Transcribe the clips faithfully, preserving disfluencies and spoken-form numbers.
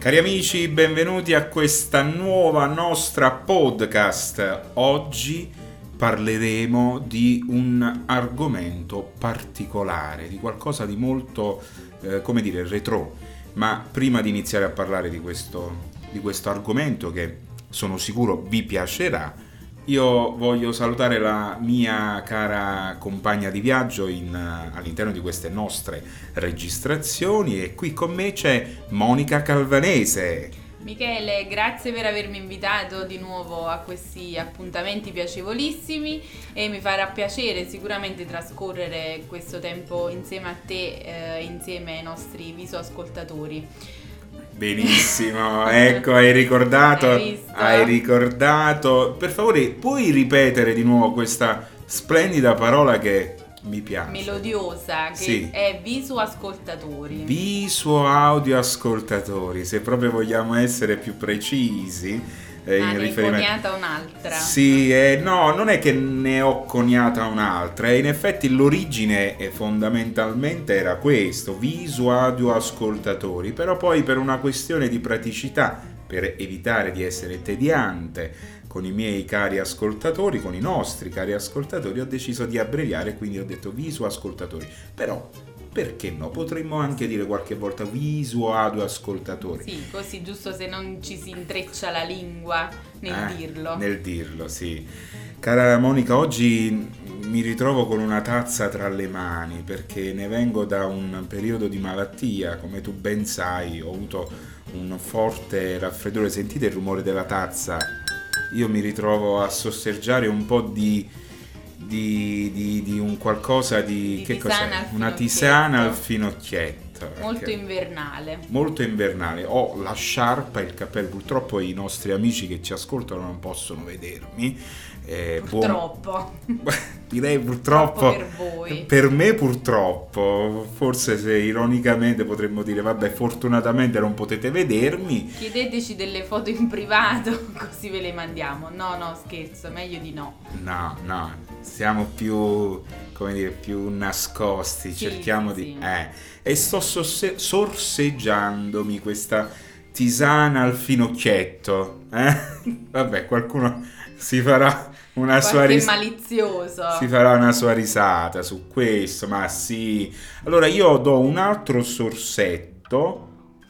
Cari amici, benvenuti a questa nuova nostra podcast. Oggi parleremo di un argomento particolare, di qualcosa di molto, eh, come dire, retro. Ma prima di iniziare a parlare di questo, di questo argomento, che sono sicuro vi piacerà, io voglio salutare la mia cara compagna di viaggio in, all'interno di queste nostre registrazioni, e qui con me c'è Monica Calvanese. Michele, grazie per avermi invitato di nuovo a questi appuntamenti piacevolissimi, e mi farà piacere sicuramente trascorrere questo tempo insieme a te e eh, insieme ai nostri visoascoltatori. Benissimo, ecco, hai ricordato, hai, hai ricordato. Per favore, puoi ripetere di nuovo questa splendida parola che mi piace? Melodiosa, che sì. È visuascoltatori. Visuaudioascoltatori, se proprio vogliamo essere più precisi. Eh, ah, in ne riferimento... hai coniata un'altra. Sì, eh, no, non è che ne ho coniata un'altra, in effetti l'origine eh, fondamentalmente era questo, visuaudioascoltatori, però poi per una questione di praticità, per evitare di essere tediante con i miei cari ascoltatori, con i nostri cari ascoltatori, ho deciso di abbreviare, quindi ho detto visuascoltatori, però... perché no? Potremmo anche dire qualche volta visuaudioascoltatori. Sì, così giusto se non ci si intreccia la lingua nel eh, dirlo. Nel dirlo, sì. Cara Monica, oggi mi ritrovo con una tazza tra le mani perché ne vengo da un periodo di malattia, come tu ben sai, ho avuto un forte raffreddore. Sentite il rumore della tazza? Io mi ritrovo a sorseggiare un po' di Di, di, di un qualcosa di, di che tisana cos'è? Una tisana al finocchietto, molto invernale molto invernale. Ho la sciarpa e il cappello, purtroppo i nostri amici che ci ascoltano non possono vedermi, eh, purtroppo buon... direi purtroppo per voi, per me purtroppo, forse se ironicamente potremmo dire vabbè, fortunatamente non potete vedermi, chiedeteci delle foto in privato così ve le mandiamo. No no scherzo, meglio di no. No no, siamo più, come dire, più nascosti, sì, cerchiamo sì, di sì. Eh, e sto sosse- sorseggiandomi questa tisana al finocchietto, eh? Vabbè, qualcuno si farà una Qualche sua ris- malizioso si farà una sua risata su questo, ma sì. Allora io do un altro sorsetto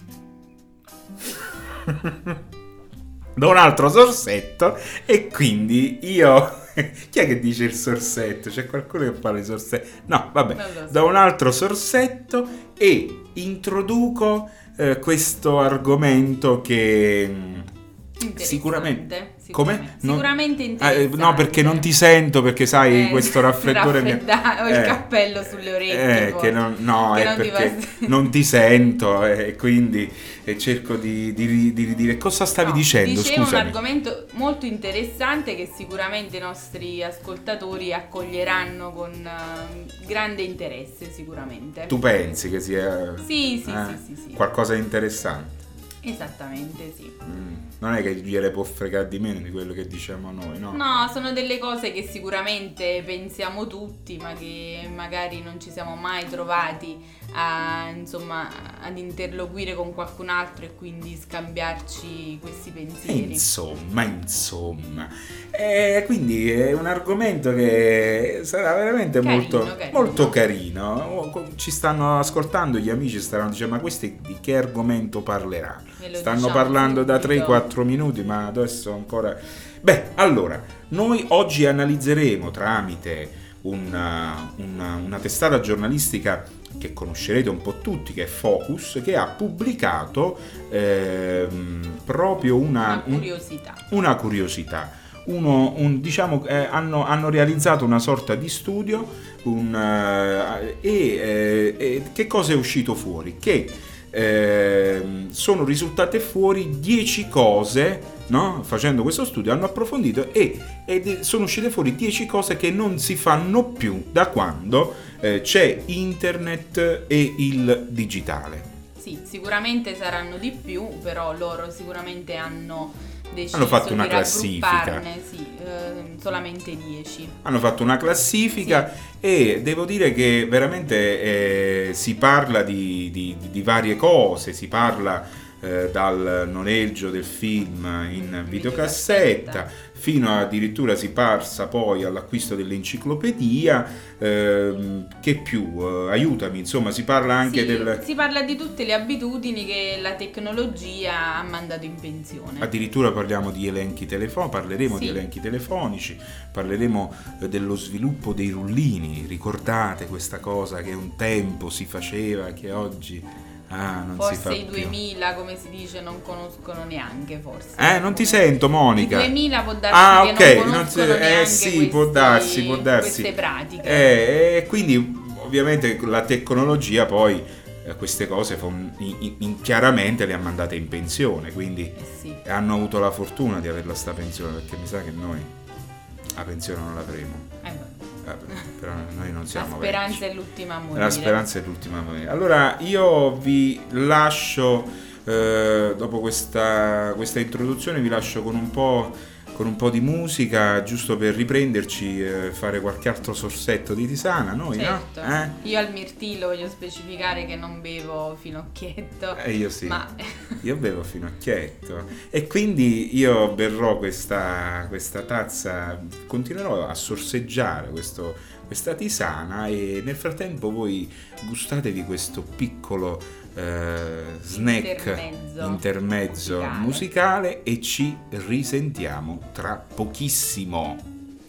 do un altro sorsetto e quindi io chi è che dice il sorsetto? C'è qualcuno che parla di sorsetto? No, vabbè, so. Do un altro sorsetto e introduco eh, questo argomento che sicuramente come? Sicuramente non... interessante. Eh, no, perché non ti sento, perché sai eh, questo raffreddore mi... ho il eh, cappello sulle orecchie. Eh, che non, no, che è non perché ti non ti sento e eh, quindi eh, cerco di, di, di, di dire cosa stavi no, dicendo. Dicevo Scusami. Un argomento molto interessante che sicuramente i nostri ascoltatori accoglieranno con uh, grande interesse, sicuramente. Tu pensi che sia sì, sì, eh, sì, sì, sì. qualcosa di interessante? Esattamente, sì. Mm. Non è che gliele può fregare di meno di quello che diciamo noi, no? No, sono delle cose che sicuramente pensiamo tutti, ma che magari non ci siamo mai trovati a, insomma, ad interloquire con qualcun altro e quindi scambiarci questi pensieri. E insomma, insomma. E quindi è un argomento che sarà veramente carino, molto, carino. molto carino. Ci stanno ascoltando gli amici, staranno dicendo ma questi di che argomento parleranno? Stanno diciamo parlando subito. Da tre quattro minuti, ma adesso ancora... Beh, allora, noi oggi analizzeremo tramite una, una, una testata giornalistica che conoscerete un po' tutti, che è Focus, che ha pubblicato ehm, proprio una, una curiosità. Un, una curiosità. Uno, un, diciamo, eh, hanno, hanno realizzato una sorta di studio un, eh, e eh, eh, che cosa è uscito fuori? Che Eh, sono risultate fuori dieci cose, no? Facendo questo studio hanno approfondito e, e sono uscite fuori dieci cose che non si fanno più da quando eh, c'è internet e il digitale. Sì, sicuramente saranno di più, però loro sicuramente hanno deciso hanno fatto di una classifica. Sì, eh, solamente dieci. Hanno fatto una classifica, sì. E devo dire che veramente eh, si parla di, di, di varie cose, si parla eh, dal noleggio del film in videocassetta, fino addirittura si passa poi all'acquisto dell'enciclopedia, ehm, che più? Eh, aiutami, insomma, si parla anche sì, del... si parla di tutte le abitudini che la tecnologia ha mandato in pensione. Addirittura parliamo di elenchi telefonici, parleremo sì. di elenchi telefonici, parleremo eh, dello sviluppo dei rullini. Ricordate questa cosa che un tempo si faceva, che oggi... Ah, non forse si fa i più. duemila, come si dice, non conoscono neanche, forse. Eh, non ti sento, Monica. I duemila può darsi ah, che ok, non non si... conoscono eh neanche sì, questi, può darsi, può darsi. queste pratiche. Eh, e quindi ovviamente la tecnologia poi eh, queste cose fon- in, in, chiaramente le ha mandate in pensione, quindi eh sì. hanno avuto la fortuna di averla sta pensione, perché mi sa che noi la pensione non l'avremo. Eh, Però noi non siamo la speranza vecchi. è l'ultima a morire. La speranza è l'ultima a morire. Allora io vi lascio eh, dopo questa, questa introduzione, vi lascio con un po' con un po' di musica, giusto per riprenderci e eh, fare qualche altro sorsetto di tisana. Noi, certo. no? Eh? Io al mirtillo voglio specificare che non bevo finocchietto. Eh, io sì. Ma... io bevo finocchietto. E quindi io berrò questa, questa tazza, continuerò a sorseggiare questo, questa tisana, e nel frattempo voi gustatevi questo piccolo Uh, snack intermezzo, intermezzo musicale. musicale e ci risentiamo tra pochissimo.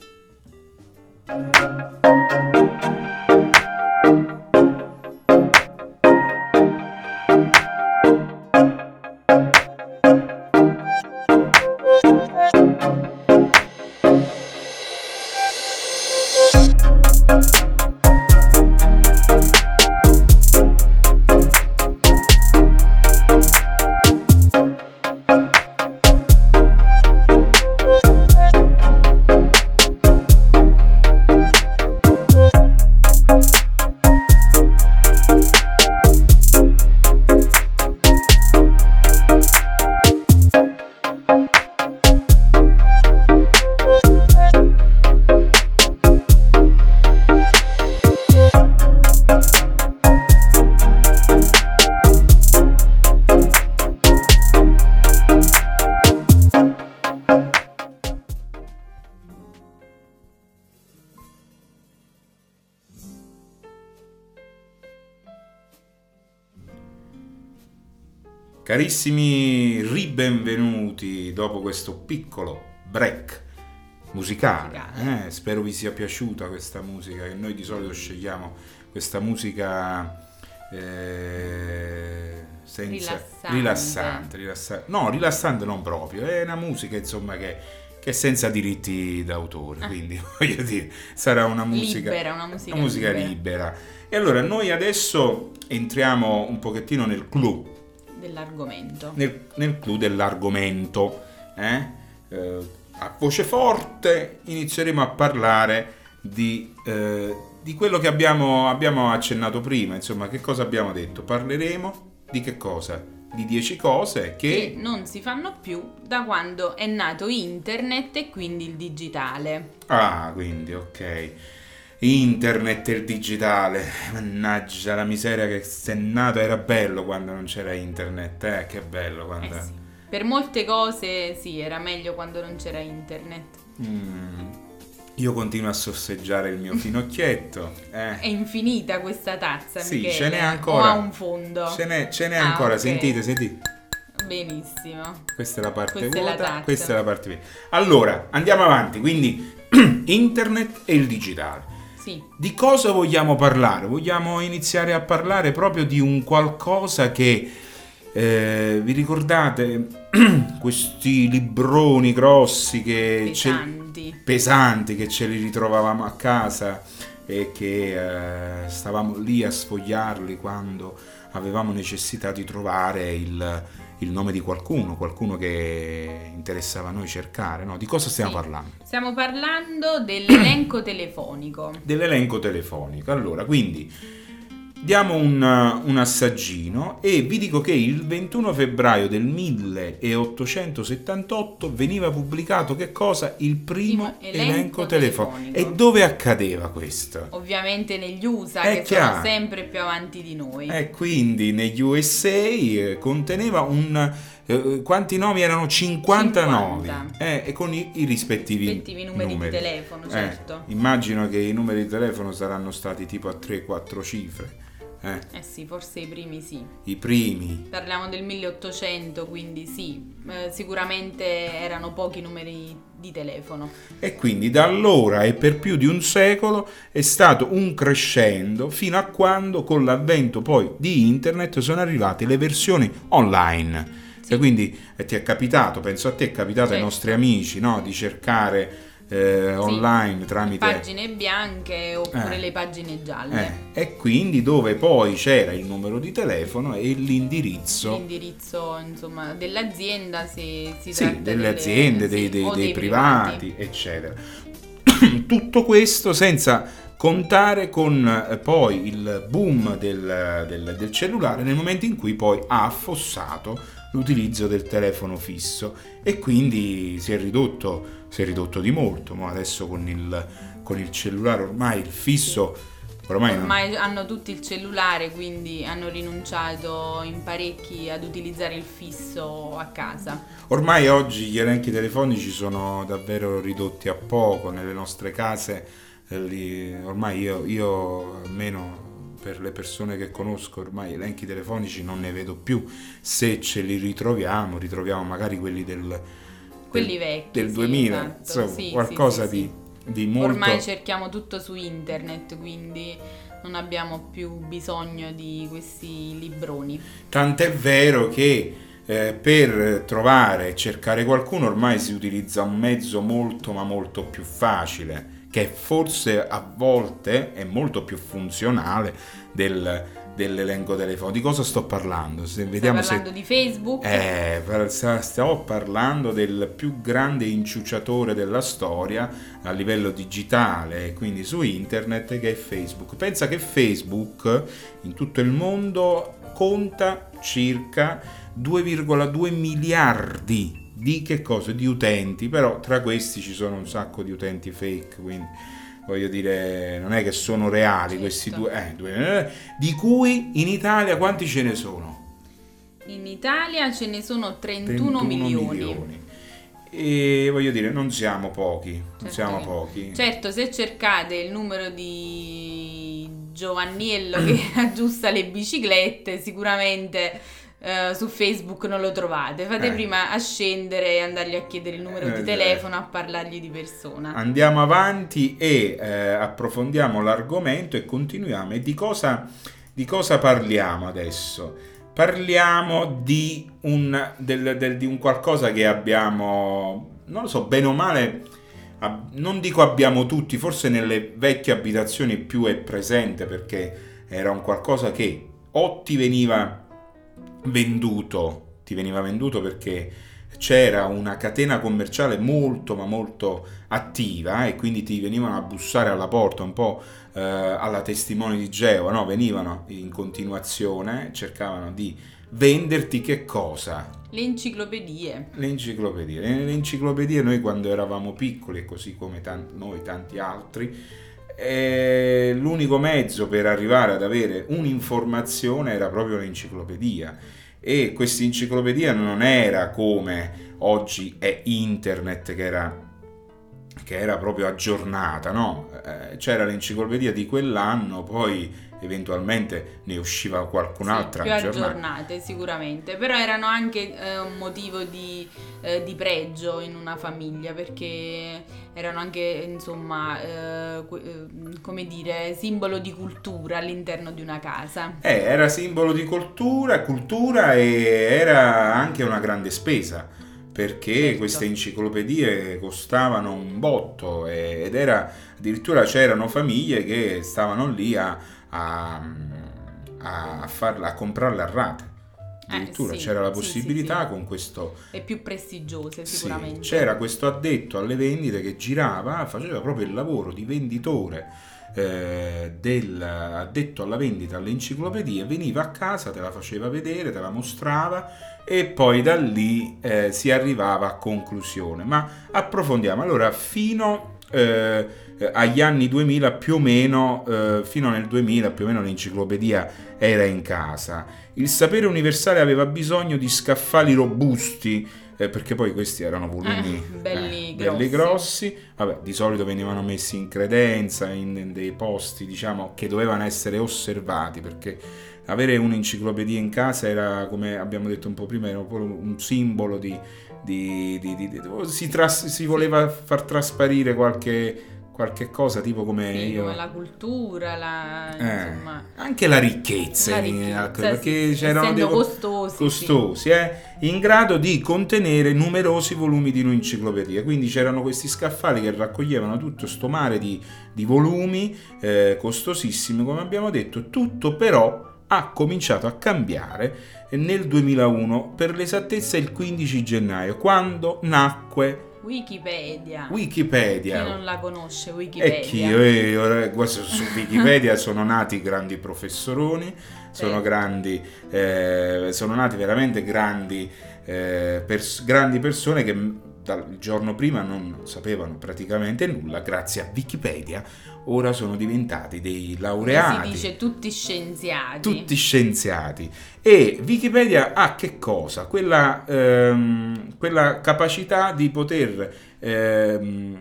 Carissimi, ribenvenuti dopo questo piccolo break musicale. musicale. Eh, spero vi sia piaciuta questa musica, che noi di solito scegliamo questa musica eh, senza... rilassante. rilassante, rilassante. No, rilassante non proprio, è una musica insomma che, che è senza diritti d'autore, ah. quindi voglio dire, sarà una musica libera, una musica, una musica libera. libera. E allora noi adesso entriamo un pochettino nel clou dell'argomento. Nel, nel clou dell'argomento. Eh? Eh, a voce forte inizieremo a parlare di, eh, di quello che abbiamo, abbiamo accennato prima. Insomma, che cosa abbiamo detto? Parleremo di che cosa? Di dieci cose che... che non si fanno più da quando è nato internet e quindi il digitale. Ah, quindi ok. Internet e il digitale, mannaggia la miseria, che se è nato era bello quando non c'era internet, eh, che bello quando... Eh sì. Per molte cose sì, era meglio quando non c'era internet. Mm. Io continuo a sorseggiare il mio finocchietto. Eh. È infinita questa tazza, sì, Michele. ce n'è ancora. O ha un fondo? Ce n'è, ce n'è ah, ancora, okay. sentite, sentite. Benissimo. Questa è la parte questa vuota, è la tazza. Questa è la parte vuota. Allora, andiamo avanti, quindi internet e il digitale. Sì. Di cosa vogliamo parlare? Vogliamo iniziare a parlare proprio di un qualcosa che, eh, vi ricordate, questi libroni grossi che pesanti. Ce, pesanti che ce li ritrovavamo a casa e che eh, stavamo lì a sfogliarli quando avevamo necessità di trovare il, il nome di qualcuno, qualcuno che interessava a noi cercare, no? Di cosa stiamo sì. parlando? Stiamo parlando dell'elenco telefonico. Dell'elenco telefonico. Allora, quindi diamo un, un assaggino e vi dico che il ventuno febbraio del milleottocentosettantotto veniva pubblicato che cosa? Il primo Primo elenco, elenco telefonico. telefonico. E dove accadeva questo? Ovviamente negli U S A, È che chiaro. sono sempre più avanti di noi. E quindi negli U S A eh, conteneva un... eh, quanti nomi erano? cinquantanove. cinquanta. Eh, e con i, i rispettivi, Rispettivi numeri di telefono, certo. Eh, immagino che i numeri di telefono saranno stati tipo a tre quattro cifre. Eh, Eh sì, forse i primi sì. I primi. Parliamo del milleottocento, quindi sì, eh, sicuramente erano pochi numeri di telefono. E quindi da allora e per più di un secolo è stato un crescendo fino a quando con l'avvento poi di internet sono arrivate le versioni online. Sì. E quindi eh, ti è capitato, penso a te, è capitato ai Certo. nostri amici, no? Di cercare eh, online Sì, tramite... pagine bianche oppure Eh. le pagine gialle. Eh, e quindi dove poi c'era il numero di telefono e l'indirizzo. L'indirizzo, insomma, dell'azienda, se si Sì, tratta delle delle- aziende, sì, dei, dei- o dei privati, privati. eccetera. Tutto questo senza contare con eh, poi il boom del, del- del cellulare nel momento in cui poi ha affossato l'utilizzo del telefono fisso e quindi si è ridotto, si è ridotto di molto. Ma adesso con il, con il cellulare ormai il fisso ormai, non- Ormai hanno tutti il cellulare, quindi hanno rinunciato in parecchi ad utilizzare il fisso a casa. ormai oggi gli elenchi telefonici sono davvero ridotti a poco nelle nostre case. eh, li- ormai io, io almeno per le persone che conosco ormai elenchi telefonici non ne vedo più. Se ce li ritroviamo, ritroviamo magari quelli del, Quelli del- vecchi, del sì, duemila, esatto. insomma, Sì, qualcosa sì, sì, di, sì. di molto... Ormai cerchiamo tutto su internet, quindi non abbiamo più bisogno di questi libroni. Tant'è vero che eh, per trovare e cercare qualcuno ormai si utilizza un mezzo molto ma molto più facile, che forse a volte è molto più funzionale del, dell'elenco telefonico. Di cosa sto parlando? Se vediamo Stai parlando se... di Facebook? Eh, per- sta- sto parlando del più grande inciuciatore della storia a livello digitale, quindi su internet, che è Facebook. Pensa che Facebook in tutto il mondo conta circa due virgola due miliardi di che cosa? Di utenti, però tra questi ci sono un sacco di utenti fake, quindi voglio dire, non è che sono reali. Certo. Questi due, eh, due, eh, di cui in Italia quanti ce ne sono? In Italia ce ne sono trentuno, milioni. E voglio dire, non siamo pochi, non Certo siamo che- pochi. Certo, se cercate il numero di Giovanniello che aggiusta le biciclette, sicuramente eh, su Facebook non lo trovate. Fate Eh. prima a scendere e andargli a chiedere il numero Eh, di telefono, a parlargli di persona. Andiamo avanti e eh, approfondiamo l'argomento e continuiamo. E di cosa, di cosa parliamo adesso? Parliamo di un, del- del- di un qualcosa che abbiamo, non lo so, bene o male, ab- non dico abbiamo tutti, forse nelle vecchie abitazioni più è presente, perché era un qualcosa che o ti veniva venduto, ti veniva venduto perché c'era una catena commerciale molto ma molto attiva e quindi ti venivano a bussare alla porta un po' eh, alla testimone di Geova, no? Venivano in continuazione, cercavano di venderti che cosa? Le enciclopedie. Le enciclopedie. Le enciclopedie noi quando eravamo piccoli, e così come tan- noi tanti altri, eh, l'unico mezzo per arrivare ad avere un'informazione era proprio l'enciclopedia. E questa enciclopedia non era come oggi è internet, che era, che era proprio aggiornata, no? Eh, c'era l'enciclopedia di quell'anno, poi eventualmente ne usciva qualcun'altra Sì, più aggiornata. aggiornate sicuramente, però erano anche eh, un motivo di, eh, di pregio in una famiglia, perché erano anche, insomma, eh, que- eh, come dire, simbolo di cultura all'interno di una casa. Eh, era simbolo di cultura, cultura e era anche una grande spesa, perché Certo. queste enciclopedie costavano un botto e- ed era addirittura c'erano famiglie che stavano lì a, a, a, farla, a comprarle a rate. Addirittura sì, c'era la sì, possibilità sì, sì. con questo... E più prestigiose Sì, sicuramente. c'era questo addetto alle vendite che girava, faceva proprio il lavoro di venditore eh, dell'addetto alla vendita all'enciclopedia, veniva a casa, te la faceva vedere, te la mostrava e poi da lì eh, si arrivava a conclusione. Ma approfondiamo. Allora, fino eh, agli anni duemila più o meno, eh, fino nel duemila più o meno l'enciclopedia era in casa. Il sapere universale aveva bisogno di scaffali robusti, eh, perché poi questi erano volumi eh, belli, eh, grossi. belli grossi. Vabbè, di solito venivano messi in credenza, in, in dei posti, diciamo, che dovevano essere osservati, perché avere un'enciclopedia in casa era, come abbiamo detto un po' prima, era un simbolo di... di, di, di, di si, tras, si voleva far trasparire qualche... qualche cosa, tipo come sì, io... come la cultura, la, eh, insomma... anche la ricchezza, la ricchezza perché sì, c'erano dei costosi, costosi sì. eh, in grado di contenere numerosi volumi di un'enciclopedia. Quindi c'erano questi scaffali che raccoglievano tutto sto mare di, di volumi eh, costosissimi, come abbiamo detto. Tutto però ha cominciato a cambiare nel duemilauno, per l'esattezza il quindici gennaio, quando nacque Wikipedia. Wikipedia. Chi non la conosce Wikipedia? E chi? Eh, ora, su Wikipedia sono nati grandi professoroni, sono, sì. grandi, eh, sono nati veramente grandi, eh, pers- grandi persone che dal giorno prima non sapevano praticamente nulla. Grazie a Wikipedia ora sono diventati dei laureati. Si dice tutti scienziati. Tutti scienziati. E Wikipedia ha che cosa? Quella, ehm, quella capacità di poter ehm,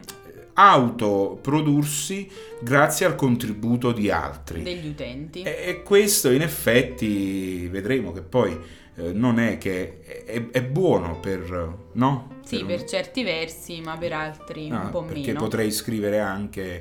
autoprodursi grazie al contributo di altri. Degli utenti. E, e questo in effetti vedremo che poi eh, non è che è, è buono per... no? Sì, per, per, per certi versi, ma per altri no, un po' perché meno. potrei scrivere anche...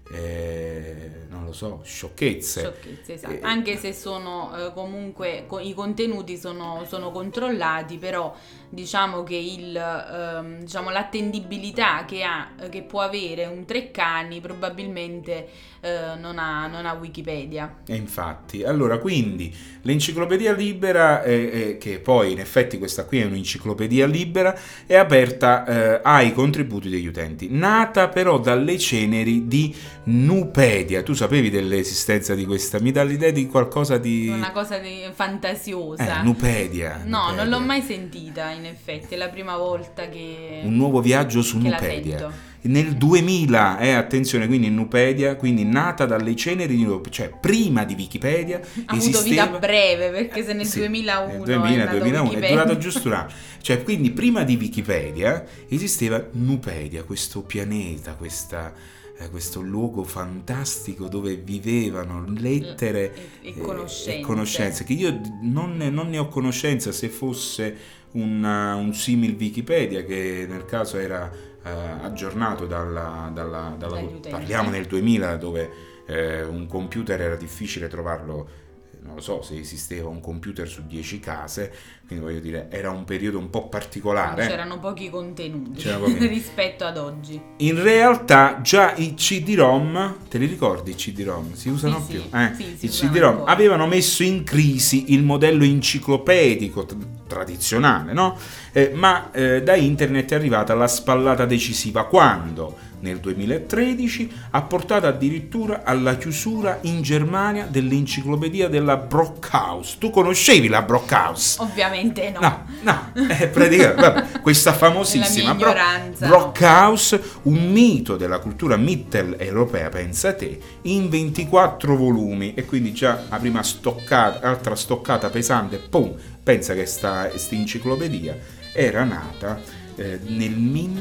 Eh, non lo so, sciocchezze, sciocchezze esatto. eh, Anche se sono eh, comunque co- i contenuti sono, sono controllati, però diciamo che il ehm, diciamo l'attendibilità che ha che può avere un Treccani probabilmente eh, non ha non ha Wikipedia. E infatti, allora quindi l'enciclopedia libera, eh, eh, che poi in effetti questa qui è un'enciclopedia libera, è aperta eh, ai contributi degli utenti, nata però dalle ceneri di Nupedia. Tu sapevi dell'esistenza di questa? Mi dà l'idea di qualcosa di... Una cosa di fantasiosa. Eh, Nupedia. No, Nupedia. non l'ho mai sentita in effetti, è la prima volta che... Un nuovo viaggio su che Nupedia. la sento. Nel duemila, eh, attenzione, quindi Nupedia, quindi nata dalle ceneri di Nupedia, cioè prima di Wikipedia ha esisteva... avuto vita breve, perché se nel sì, duemilauno nel duemila, è nato duemilauno è Wikipedia. durato giusto un anno. Cioè, quindi prima di Wikipedia esisteva Nupedia, questo pianeta, questa... questo luogo fantastico dove vivevano lettere e, e, conoscenze. e conoscenze, che io non ne, non ne ho conoscenza, se fosse una, un simil Wikipedia, che nel caso era eh, aggiornato dalla, dalla, dalla parliamo nel duemila, dove eh, un computer era difficile trovarlo. Non lo so se esisteva un computer su dieci case, quindi voglio dire, era un periodo un po' particolare. C'erano pochi contenuti C'erano pochi... rispetto ad oggi. In realtà già i C D-ROM, te li ricordi i C D-ROM? Si usano sì, più? Sì, eh? sì, si I C D-ROM ancora. avevano messo in crisi il modello enciclopedico t- tradizionale, no? Eh, ma eh, da internet è arrivata la spallata decisiva, quando nel duemilatredici ha portato addirittura alla chiusura in Germania dell'enciclopedia della Brockhaus. Tu conoscevi la Brockhaus? Ovviamente no. No, no, è praticamente vabbè, questa famosissima Bro- Brockhaus, un mito della cultura mitteleuropea, pensa te, in ventiquattro volumi, e quindi già la prima stoccata, altra stoccata pesante, pum, pensa che sta, sta enciclopedia era nata Eh, nel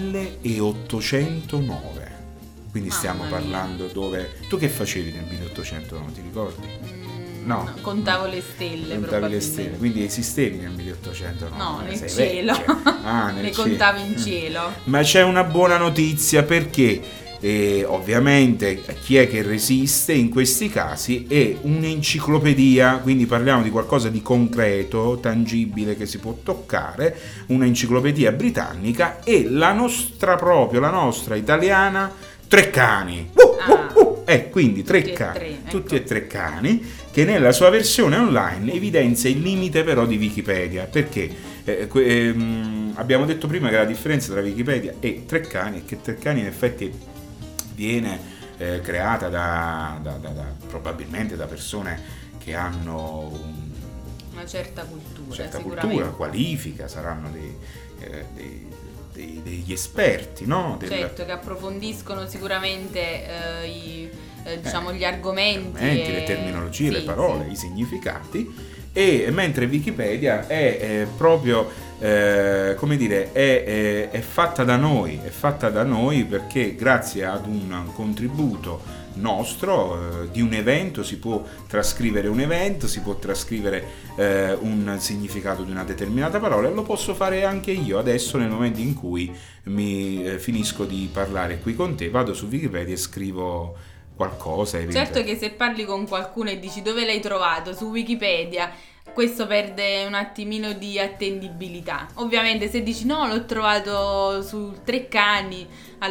milleottocentonove, quindi Mamma stiamo parlando mia. Dove tu che facevi nel milleottocentonove, ti ricordi? Mm, no, no, contavo le stelle, contavi le stelle, quindi esistevi nel milleottocentonove? No, nel sei cielo. Ah, nel le cielo. contavo in cielo. Ma c'è una buona notizia, perché e ovviamente chi è che resiste in questi casi è un'enciclopedia, quindi parliamo di qualcosa di concreto, tangibile, che si può toccare, un'enciclopedia britannica, e la nostra proprio, la nostra italiana, Treccani. Uh, ah, uh, uh. Eh, quindi Treccani, tutti, e tre, ecco. tutti e Treccani, che nella sua versione online evidenzia il limite però di Wikipedia, perché eh, que- ehm, abbiamo detto prima che la differenza tra Wikipedia e Treccani è che Treccani in effetti viene eh, creata da, da, da, da probabilmente da persone che hanno un, una certa cultura, certa sicuramente. cultura, qualifica, saranno dei, eh, dei, dei, degli esperti, no? Del, certo, che approfondiscono sicuramente eh, i, eh, diciamo, eh, gli argomenti, argomenti, e... le terminologie, sì, le parole, sì. i significati. E mentre Wikipedia è, è proprio, eh, come dire, è, è, è fatta da noi, è fatta da noi perché grazie ad un contributo nostro, eh, di un evento, si può trascrivere un evento, si può trascrivere eh, un significato di una determinata parola, e lo posso fare anche io adesso nel momento in cui mi eh, finisco di parlare qui con te, vado su Wikipedia e scrivo qualcosa. Certo che se parli con qualcuno e dici dove l'hai trovato su Wikipedia, questo perde un attimino di attendibilità. Ovviamente se dici no, l'ho trovato su Treccani,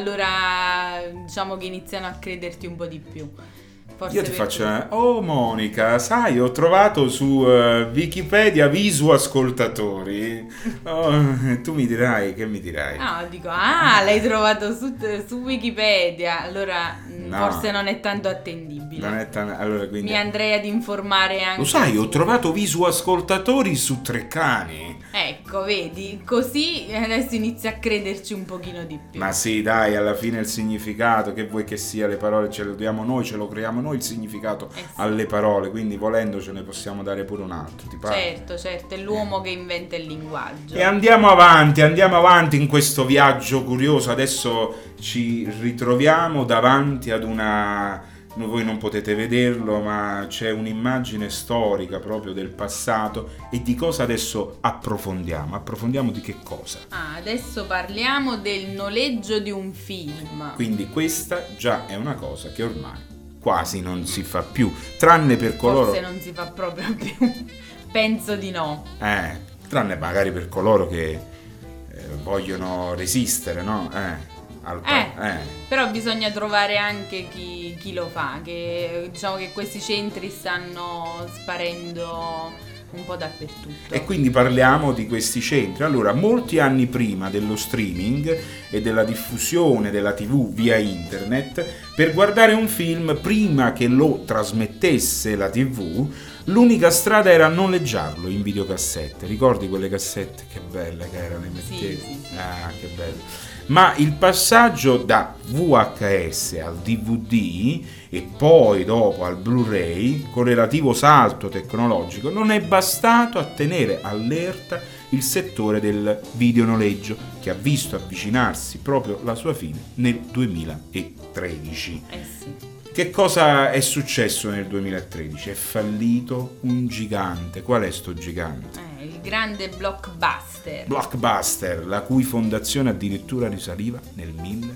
allora diciamo che iniziano a crederti un po' di più. Forse Io ti per faccio, questo. oh Monica, sai, ho trovato su uh, Wikipedia visu ascoltatori. Oh, tu mi dirai, che mi dirai? No, dico, ah, l'hai trovato su, su Wikipedia, allora mh, No. forse non è tanto attendibile. Non è tan- allora, quindi... Mi andrei ad informare anche. Lo sai, ho su- trovato visu ascoltatori su Treccani. Ecco, vedi, così adesso inizi a crederci un pochino di più. Ma sì, dai, alla fine il significato, che vuoi che sia, le parole ce le diamo noi, ce lo creiamo noi il significato Eh sì. alle parole, quindi volendo ce ne possiamo dare pure un altro, ti pare? Certo, certo, è l'uomo che inventa il linguaggio. E andiamo avanti, andiamo avanti in questo viaggio curioso. Adesso ci ritroviamo davanti ad una... Voi non potete vederlo, ma c'è un'immagine storica proprio del passato. E di cosa adesso approfondiamo? Approfondiamo di che cosa? Ah, adesso parliamo del noleggio di un film. Quindi questa già è una cosa che ormai quasi non si fa più, tranne per coloro... Forse non si fa proprio più. Penso di no. Eh, tranne magari per coloro che eh, vogliono resistere, no? Eh, al pa- Eh, eh. Però bisogna trovare anche chi, chi lo fa, che diciamo che questi centri stanno sparendo un po' dappertutto. E quindi parliamo di questi centri. Allora, molti anni prima dello streaming e della diffusione della tivù via internet, per guardare un film, prima che lo trasmettesse la tivù, l'unica strada era noleggiarlo in videocassette. Ricordi quelle cassette? Che belle che erano, le mettevi? Sì, sì, sì. Ah, che bello. Ma il passaggio da V H S al D V D e poi dopo al Blu-ray, con relativo salto tecnologico, non è bastato a tenere allerta il settore del videonoleggio, che ha visto avvicinarsi proprio la sua fine nel duemilatredici. Eh sì. Che cosa è successo nel duemilatredici? È fallito un gigante. Qual è sto gigante? Eh, il grande blockbuster. Blockbuster, la cui fondazione addirittura risaliva nel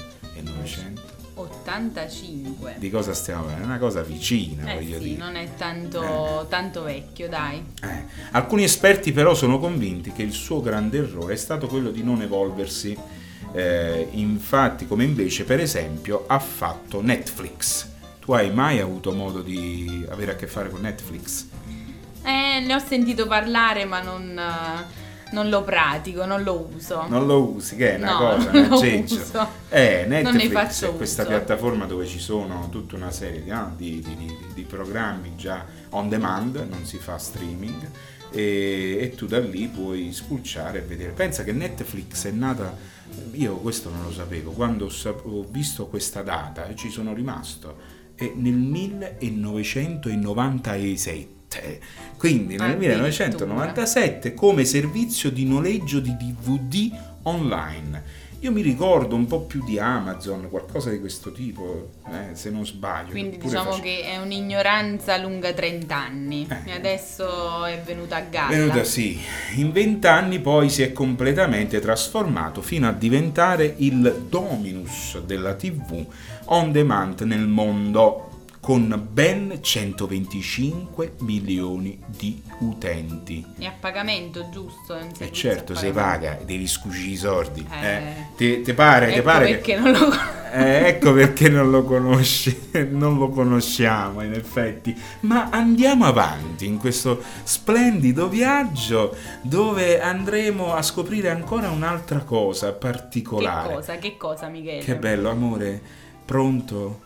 millenovecentottantacinque. Di cosa stiamo parlando? È una cosa vicina, Eh voglio sì, dire. non è tanto, tanto vecchio, dai. Eh, Alcuni esperti però sono convinti che il suo grande errore è stato quello di non evolversi, eh, infatti, come invece per esempio ha fatto Netflix. Tu hai mai avuto modo di avere a che fare con Netflix? Eh, ne ho sentito parlare, ma non, non lo pratico, non lo uso. Non lo usi, che è una No, cosa, non nel lo senso. uso. Eh, Non ne Netflix faccio è questa uso. piattaforma dove ci sono tutta una serie di, no, di, di, di, di programmi già on demand, non si fa streaming, e, e tu da lì puoi spulciare e vedere. Pensa che Netflix è nata, io questo non lo sapevo, quando ho, sap- ho visto questa data e ci sono rimasto, è nel millenovecentonovantasette. Quindi nel Addirittura. millenovecentonovantasette come servizio di noleggio di D V D online. Io mi ricordo un po' più di Amazon, qualcosa di questo tipo, eh, se non sbaglio. Quindi Oppure diciamo face- che è un'ignoranza lunga trenta anni Eh. e adesso è venuta a galla. Venuta sì, in vent'anni poi si è completamente trasformato fino a diventare il dominus della tivù on demand nel mondo, con ben centoventicinque milioni di utenti. È a pagamento, giusto? È un E servizio certo, a se pagamento. paga devi scucire i soldi. Eh. Eh. Te, te pare, te Ecco pare perché che... non lo Eh, ecco perché non lo conosci, non lo conosciamo in effetti. Ma andiamo avanti in questo splendido viaggio dove andremo a scoprire ancora un'altra cosa particolare. Che cosa? Che cosa, Michele? Che bello, amore, pronto?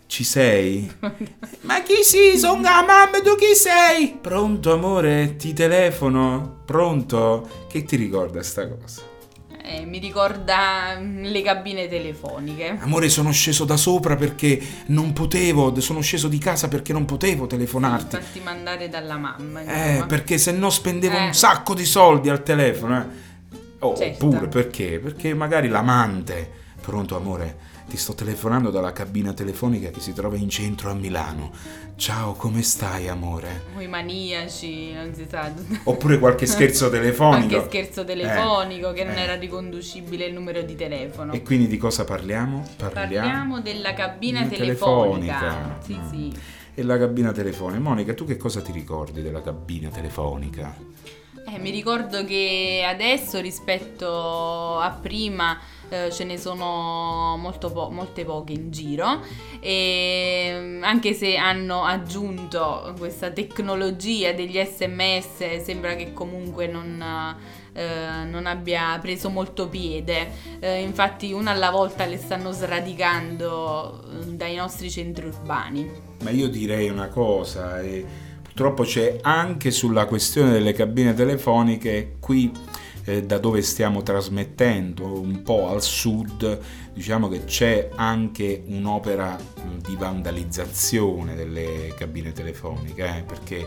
Ci sei? Ma chi sì? Sono la mamma, tu chi sei? Pronto amore? Ti telefono? Pronto? Che ti ricorda sta cosa? Eh, mi ricorda le cabine telefoniche. Amore, sono sceso da sopra perché non potevo, sono sceso di casa perché non potevo telefonarti. Sì, farti mandare dalla mamma. Eh, insomma. perché se no spendevo Eh. un sacco di soldi al telefono. Eh. Oh, Certo. Oppure perché? Perché magari l'amante. Pronto amore, ti sto telefonando dalla cabina telefonica che si trova in centro a Milano. Ciao, come stai amore? O i maniaci, non si sa. Oppure qualche scherzo telefonico. Qualche scherzo telefonico Eh, che non eh. era riconducibile il numero di telefono. E quindi di cosa parliamo? Parliamo della cabina di telefonica. Sì, sì. E la cabina telefonica. Monica, tu che cosa ti ricordi della cabina telefonica? Eh, mi ricordo che adesso rispetto a prima eh, ce ne sono molto po- molte poche in giro, e anche se hanno aggiunto questa tecnologia degli sms sembra che comunque non, eh, non abbia preso molto piede. Eh, infatti una alla volta le stanno sradicando eh, dai nostri centri urbani. Ma io direi una cosa, e purtroppo c'è anche sulla questione delle cabine telefoniche qui eh, da dove stiamo trasmettendo, un po' al sud, diciamo che c'è anche un'opera mh, di vandalizzazione delle cabine telefoniche, eh, perché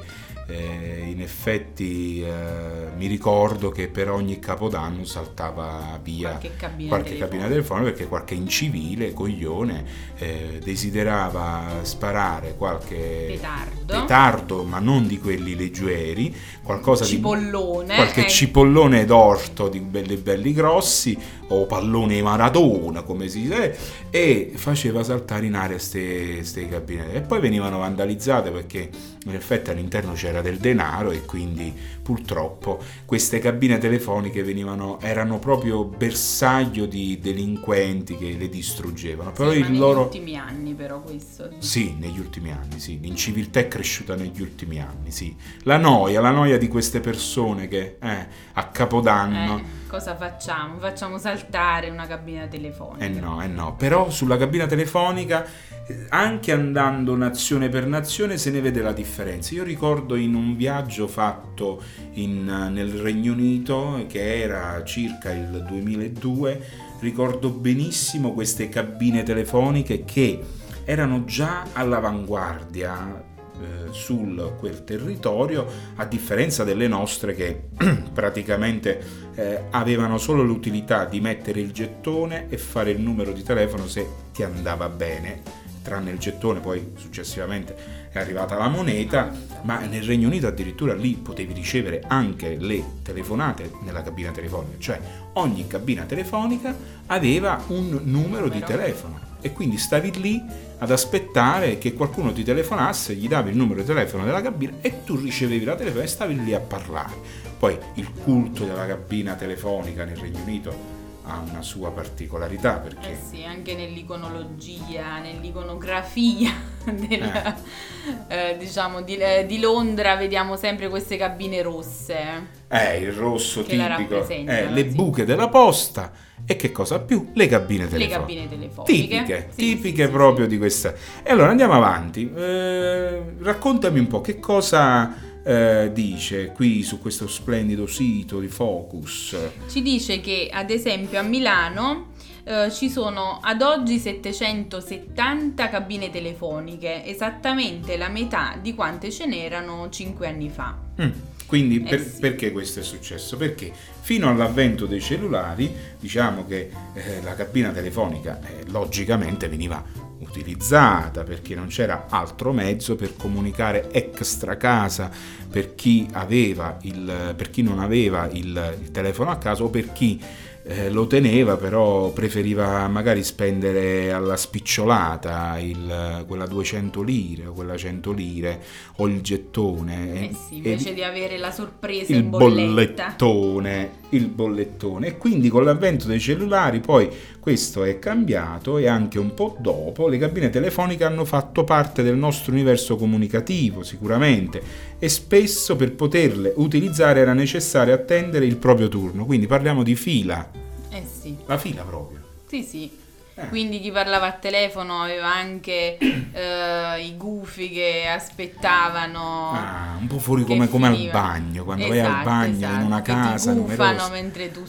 eh, in effetti eh, mi ricordo che per ogni capodanno saltava via Qualche cabina qualche telefonica. cabina telefonica perché qualche incivile coglione eh, desiderava sparare qualche Petardo. petardo, ma non di quelli leggeri, qualcosa Cipollone, di qualche eh. cipollone d'orto di belli belli grossi o pallone Maradona come si dice, e faceva saltare in aria ste, ste cabine e poi venivano vandalizzate perché in effetti all'interno c'era del denaro e quindi purtroppo queste cabine telefoniche venivano erano proprio bersaglio di delinquenti che le distruggevano. Però Sì, ma il negli loro ultimi anni però questo. Sì, negli ultimi anni, sì. L'inciviltà è cresciuta negli ultimi anni, sì. La noia, la noia di queste persone che eh, a Capodanno... Eh, cosa facciamo? Facciamo saltare una cabina telefonica. Eh no, eh no. Però sulla cabina telefonica, eh, anche andando nazione per nazione, se ne vede la differenza. Io ricordo in un viaggio fatto in, nel Regno Unito, che era circa il duemiladue, ricordo benissimo queste cabine telefoniche che erano già all'avanguardia eh, sul quel territorio, a differenza delle nostre che praticamente eh, avevano solo l'utilità di mettere il gettone e fare il numero di telefono se ti andava bene, tranne il gettone, poi successivamente è arrivata la moneta, ma nel Regno Unito addirittura lì potevi ricevere anche le telefonate nella cabina telefonica, cioè ogni cabina telefonica aveva un numero di telefono e quindi stavi lì ad aspettare che qualcuno ti telefonasse, gli davi il numero di telefono della cabina e tu ricevevi la telefonata e stavi lì a parlare. Poi il culto della cabina telefonica nel Regno Unito ha una sua particolarità perché Eh sì, anche nell'iconologia, nell'iconografia del, eh, diciamo di, eh, di Londra vediamo sempre queste cabine rosse. è il rosso Che la tipico, rappresentano, eh, le sì. buche della posta e che cosa più? Le cabine Le telefoniche. cabine telefoniche. Tipiche, Sì, tipiche sì, sì, proprio sì. di questa. E allora andiamo avanti. Eh, raccontami un po' che cosa eh, dice qui su questo splendido sito di Focus. Ci dice che ad esempio a Milano eh, ci sono ad oggi settecentosettanta cabine telefoniche, esattamente la metà di quante ce n'erano cinque anni fa. Mm, Quindi Eh per- sì. perché questo è successo? Perché fino all'avvento dei cellulari, diciamo che eh, la cabina telefonica eh, logicamente veniva utilizzata perché non c'era altro mezzo per comunicare extra casa per chi aveva il per chi non aveva il, il telefono a casa o per chi eh, lo teneva però preferiva magari spendere alla spicciolata il, quella duecento lire o quella cento lire o il gettone Eh e- sì, e- invece di avere la sorpresa il in bolletta. bollettone, il bollettone. E quindi con l'avvento dei cellulari poi questo è cambiato e anche un po' dopo le cabine telefoniche hanno fatto parte del nostro universo comunicativo sicuramente e spesso per poterle utilizzare era necessario attendere il proprio turno, quindi parliamo di fila, Eh sì, la fila proprio. sì sì. Eh. Quindi chi parlava al telefono aveva anche eh, i gufi che aspettavano. Ah, un po' fuori come, come al bagno, quando esatto, vai al bagno esatto, in una casa che ti gufano numerosa. mentre tu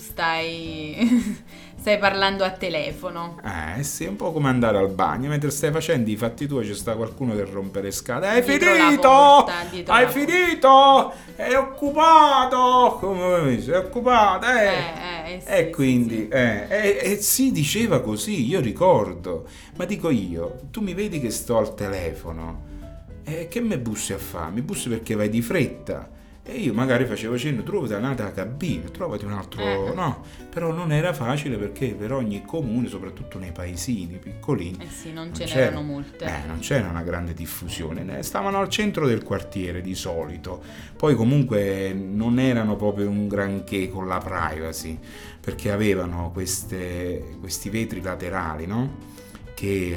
stai stai parlando a telefono. Eh sì, è un po' come andare al bagno, mentre stai facendo i fatti tuoi c'è sta qualcuno che rompe le scatole. Hai Dietro la finito! porta, dietro Hai la finito! È occupato! Come mi dice? È occupato! Eh! Eh, eh, sì, E sì, quindi, sì. eh, eh, eh, si diceva così, io ricordo. Ma dico io, tu mi vedi che sto al telefono, eh, che me bussi a fare? Mi bussi perché vai di fretta. E io magari facevo cenno, trovati un'altra cabina, trovati un altro... Eh. No, però non era facile perché per ogni comune, soprattutto nei paesini piccolini, Eh sì, non, non ce c'era- n'erano molte. eh, non c'era una grande diffusione, ne- stavano al centro del quartiere di solito, poi comunque non erano proprio un granché con la privacy, perché avevano queste, questi vetri laterali, no? Che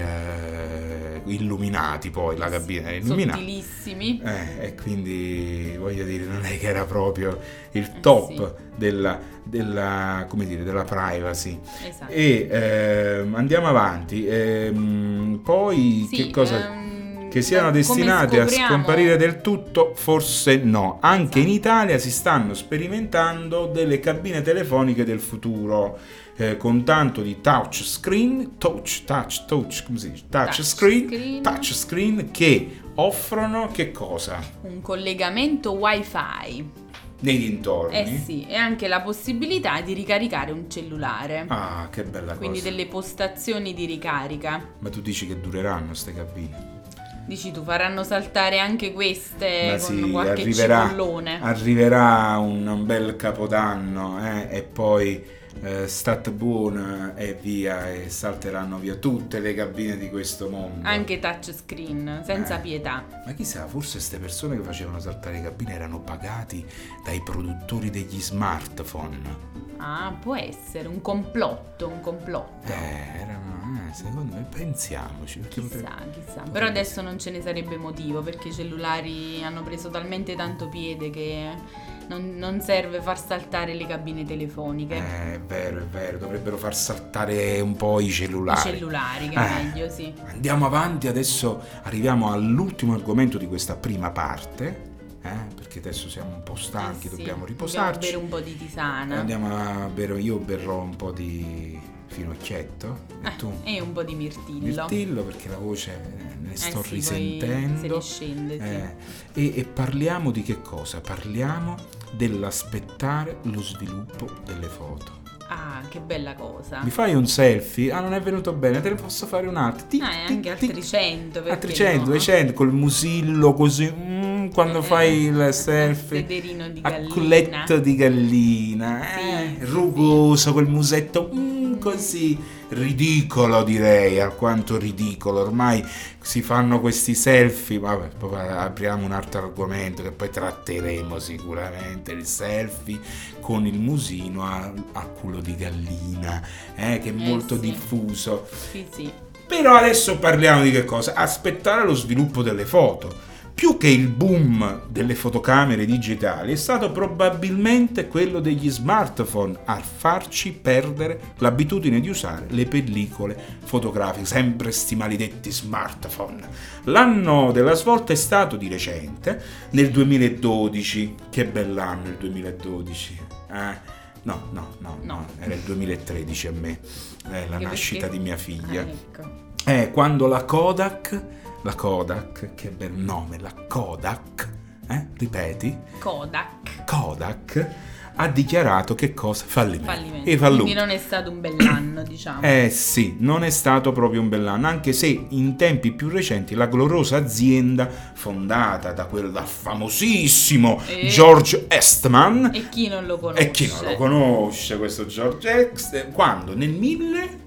eh, illuminati, poi la cabina era illuminata. Sottilissimi. Eh, e quindi voglio dire, non è che era proprio il Eh, top sì. della, della, come dire, della privacy. Esatto. E ehm, andiamo avanti. Ehm, poi Sì, che cosa? ehm, Che siano come destinate a scopriamo- scomparire del tutto? Forse no. Anche in Esatto. Italia si stanno sperimentando delle cabine telefoniche del futuro. eh, con tanto di touch screen, touch, touch, touch, come si dice? Touch, Touch screen, screen. touch screen che offrono che cosa? Un collegamento wifi. Nei dintorni. Eh sì, e anche la possibilità di ricaricare un cellulare. Ah, che bella Quindi cosa. delle postazioni di ricarica. Ma tu dici che dureranno ste cabine? Dici tu, faranno saltare anche queste Ma con sì, qualche arriverà, cipollone. arriverà un, un bel capodanno eh, e poi eh, state buona e via, e salteranno via tutte le cabine di questo mondo. Anche touchscreen, senza Eh. pietà. Ma chissà, forse queste persone che facevano saltare le cabine erano pagati dai produttori degli smartphone. Ah, può essere un complotto, un complotto. Eh, erano, eh, secondo me, pensiamoci. Perché Chissà, potrebbe- chissà. potrebbe Però adesso non ce ne sarebbe motivo perché i cellulari hanno preso talmente tanto piede che non, non serve far saltare le cabine telefoniche. Eh, è vero, è vero, dovrebbero far saltare un po' i I cellulari. cellulari, che è Eh. meglio, sì. Andiamo avanti, adesso arriviamo all'ultimo argomento di questa prima parte, eh, perché adesso siamo un po' stanchi, Eh sì, dobbiamo Dobbiamo riposarci. bere un po' di tisana. Andiamo a bere, io berrò un po' di finocchietto e Eh, tu e un po' di mirtillo. mirtillo, perché la voce eh, ne Eh sto sì, poi risentendo. se ne scende, sì. Eh, e, e parliamo di che cosa? Parliamo dell'aspettare lo sviluppo delle foto. Ah, che bella cosa. Mi fai un selfie? Ah, non è venuto bene, te ne posso fare un altro. Tic, Ah, e tic, anche al tic. trecento, A perché trecento, no? duecento, col musillo così, mm, quando Eh, fai il a selfie. sederino di A gallina. culletto di gallina, eh, Sì, sì, rugoso, quel musetto mm, così ridicolo, direi, alquanto ridicolo. Ormai si fanno questi selfie, vabbè, poi apriamo un altro argomento che poi tratteremo sicuramente, il selfie con il musino a, a culo di gallina, eh, che è Eh, molto sì. diffuso. Sì, sì. Però adesso parliamo di che cosa? Aspettare lo sviluppo delle foto. Più che il boom delle fotocamere digitali è stato probabilmente quello degli smartphone a farci perdere l'abitudine di usare le pellicole fotografiche, sempre sti maledetti smartphone. L'anno della svolta è stato di recente, nel duemiladodici. Che bell'anno il duemiladodici. Eh? No, no, no, no, No. era il duemilatredici a me, eh, la Anche nascita perché- di mia figlia. Ah, ecco. Eh, quando la Kodak, la Kodak, che bel nome, la Kodak, eh, ripeti, Kodak. Kodak, ha dichiarato che cosa? Fallimento. Fallimento. E falluto. Quindi non è stato un bell'anno, diciamo. Eh sì, non è stato proprio un bell'anno, anche se in tempi più recenti la gloriosa azienda fondata da quel da famosissimo Eh. George Eastman, E chi non lo conosce? e chi non lo conosce questo George Eastman, quando nel mille...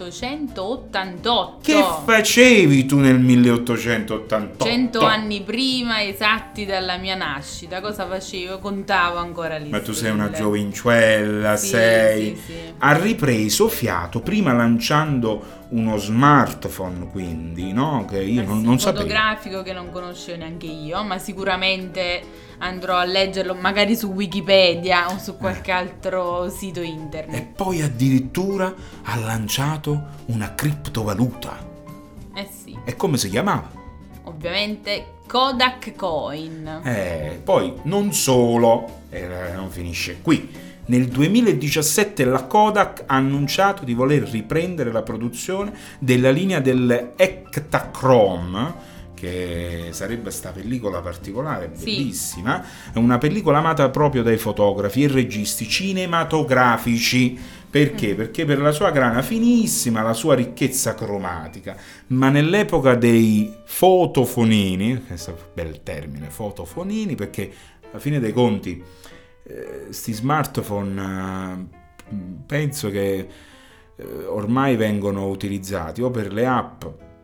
ottocentottantotto. Che facevi tu nel milleottocentottantotto? Cento anni prima esatti dalla mia nascita, cosa facevo? Contavo ancora lì. Ma tu sei una giovincella, Sì, sei... sì, sì. Ha ripreso fiato prima lanciando uno smartphone, quindi, no? Che io eh non, sì, non sapevo. Fotografico che non conoscevo neanche io, ma sicuramente andrò a leggerlo magari su Wikipedia o su qualche Eh. altro sito E internet. poi addirittura ha lanciato una criptovaluta. Eh sì, E come si chiamava? ovviamente Kodak Coin. Eh, poi non solo, eh, non finisce qui. Nel duemiladiciassette la Kodak ha annunciato di voler riprendere la produzione della linea del Ektachrome, che sarebbe sta pellicola particolare, Sì. bellissima, è una pellicola amata proprio dai fotografi e registi cinematografici. Perché? Perché per la sua grana finissima, la sua ricchezza cromatica, ma nell'epoca dei fotofonini, questo è un bel termine, fotofonini, perché alla fine dei conti eh, sti smartphone eh, penso che eh, ormai vengono utilizzati o per le app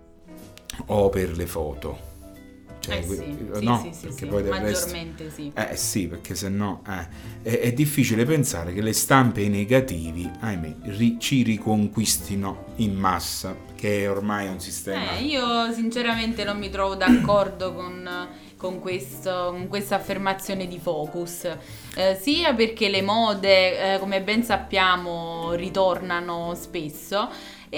o per le foto. Cioè, Eh sì, que- sì, no, sì, sì, perché sì, poi del resto- maggiormente sì. eh sì, perché se no eh, è, è difficile pensare che le stampe e i negativi, ahimè, ri- ci riconquistino in massa, che è ormai un sistema. Eh, io sinceramente non mi trovo d'accordo con, con, questo, con questa affermazione di focus, eh, sia perché le mode, eh, come ben sappiamo, ritornano spesso,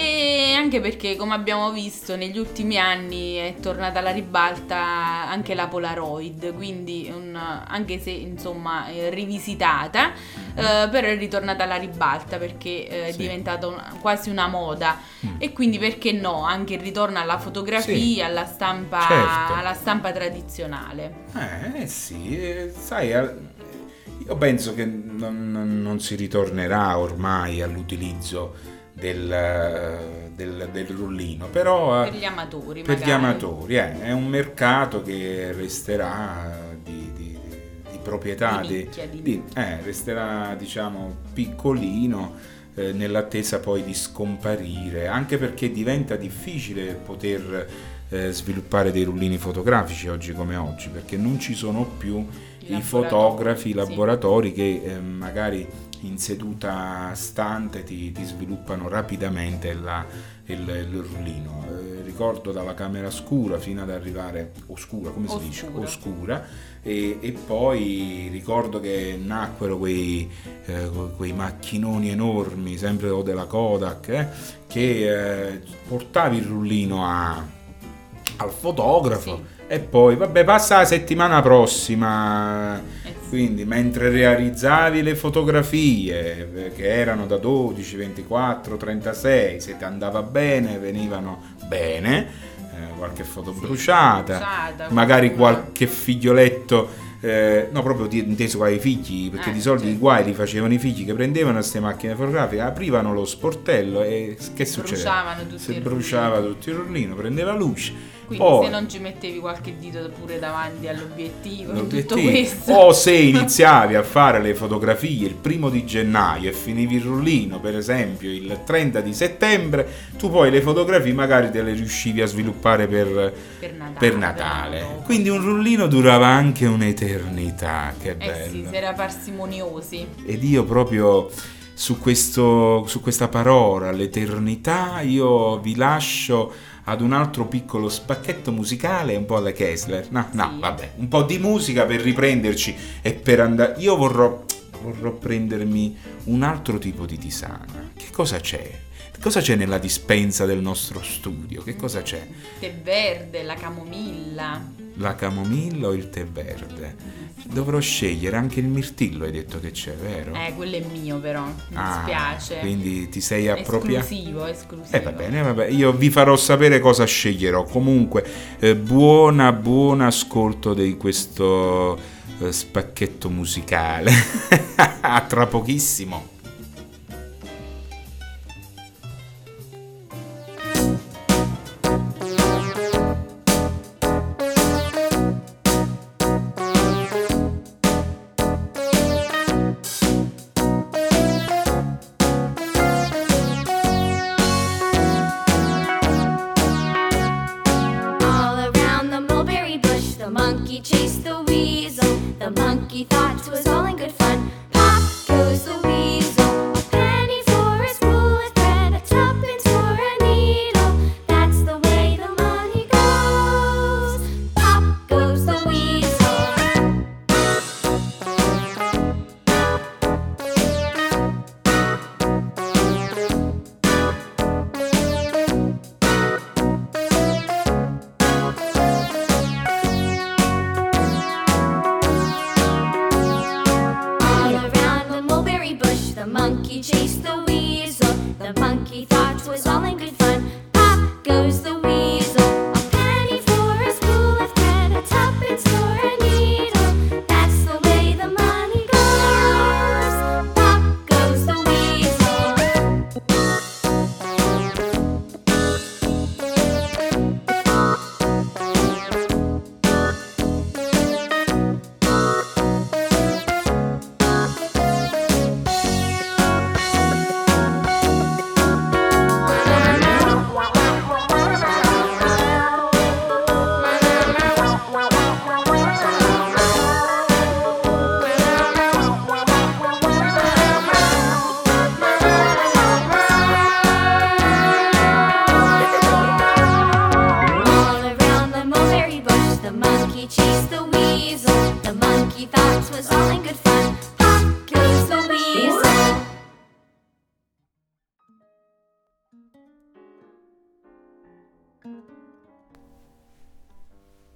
e anche perché, come abbiamo visto, negli ultimi anni è tornata alla ribalta anche la Polaroid, quindi un- anche se insomma è rivisitata, eh, però è ritornata alla ribalta perché eh, è Sì. diventata una- quasi una moda. Mm. E quindi perché no, anche il ritorno alla fotografia, alla stampa, Certo. alla stampa tradizionale. Eh, eh sì, eh, sai, al- io penso che non, non- non si ritornerà ormai all'utilizzo del, eh, del- del rullino, però eh, Per gli amatori, per magari. gli amatori eh, è un mercato che resterà di, di- di proprietà Di di- nicchia, di di- eh, resterà diciamo piccolino eh, nell'attesa poi di scomparire, anche perché diventa difficile poter eh, sviluppare dei rullini fotografici oggi come oggi, perché non ci sono più I i laboratori, fotografi, i sì. laboratori che eh, magari in seduta stante ti, ti sviluppano rapidamente la- il, il rullino. Eh, ricordo dalla camera scura fino ad arrivare oscura, come si dice? Oscura. Oscura. E, e poi ricordo che nacquero quei, eh, quei macchinoni enormi, sempre o della Kodak, eh, che eh, portavi il rullino a- al fotografo. Sì. E poi, vabbè, passa la settimana prossima. Eh sì. Quindi, mentre realizzavi le fotografie, eh, che erano da dodici, ventiquattro, trentasei, se ti andava bene, venivano bene, eh, qualche foto Sì, bruciata, bruciata, magari qualcuna- qualche figlioletto. Eh, no, proprio di- inteso qua i figli, perché Eh, di solito i certo. guai li facevano i figli che prendevano queste macchine fotografiche, aprivano lo sportello e che succedeva? Bruciavano tutti Si i bruciava rullini. tutto il rullino, prendeva luce. Quindi Poi- se non ci mettevi qualche dito pure davanti all'obiettivo, in tutto l'obiettivo. questo. O se iniziavi a fare le fotografie il primo di gennaio e finivi il rullino, per esempio, il trenta di settembre, tu poi le fotografie magari te le riuscivi a sviluppare per, per Natale. per Natale. dopo. Quindi un rullino durava anche un'eternità, che Eh sì, bello. si era parsimoniosi. Ed io proprio su, questo, su questa parola, l'eternità, io vi lascio ad un altro piccolo spacchetto musicale, un po' alla Kessler. No, no, Sì. vabbè, un po' di musica per riprenderci e per andare. Io vorrò, vorrò prendermi un altro tipo di tisana. Che cosa c'è? Cosa c'è nella dispensa del nostro studio? Che cosa c'è? Tè verde, la camomilla. La camomilla o il tè verde? Dovrò scegliere anche il mirtillo, hai detto che c'è, vero? Eh, quello è mio però, mi Ah, dispiace. quindi ti sei appropriato. Esclusivo, esclusivo. Eh va bene, va bene, io vi farò sapere cosa sceglierò. Comunque, eh, buona, buon ascolto di questo eh, spacchetto musicale. A tra pochissimo. All around the mulberry bush, the monkey chased the weasel. The monkey thought 'twas all in good fun. Pop goes the weasel. A penny for a spool of thread, a tuppence for a needle.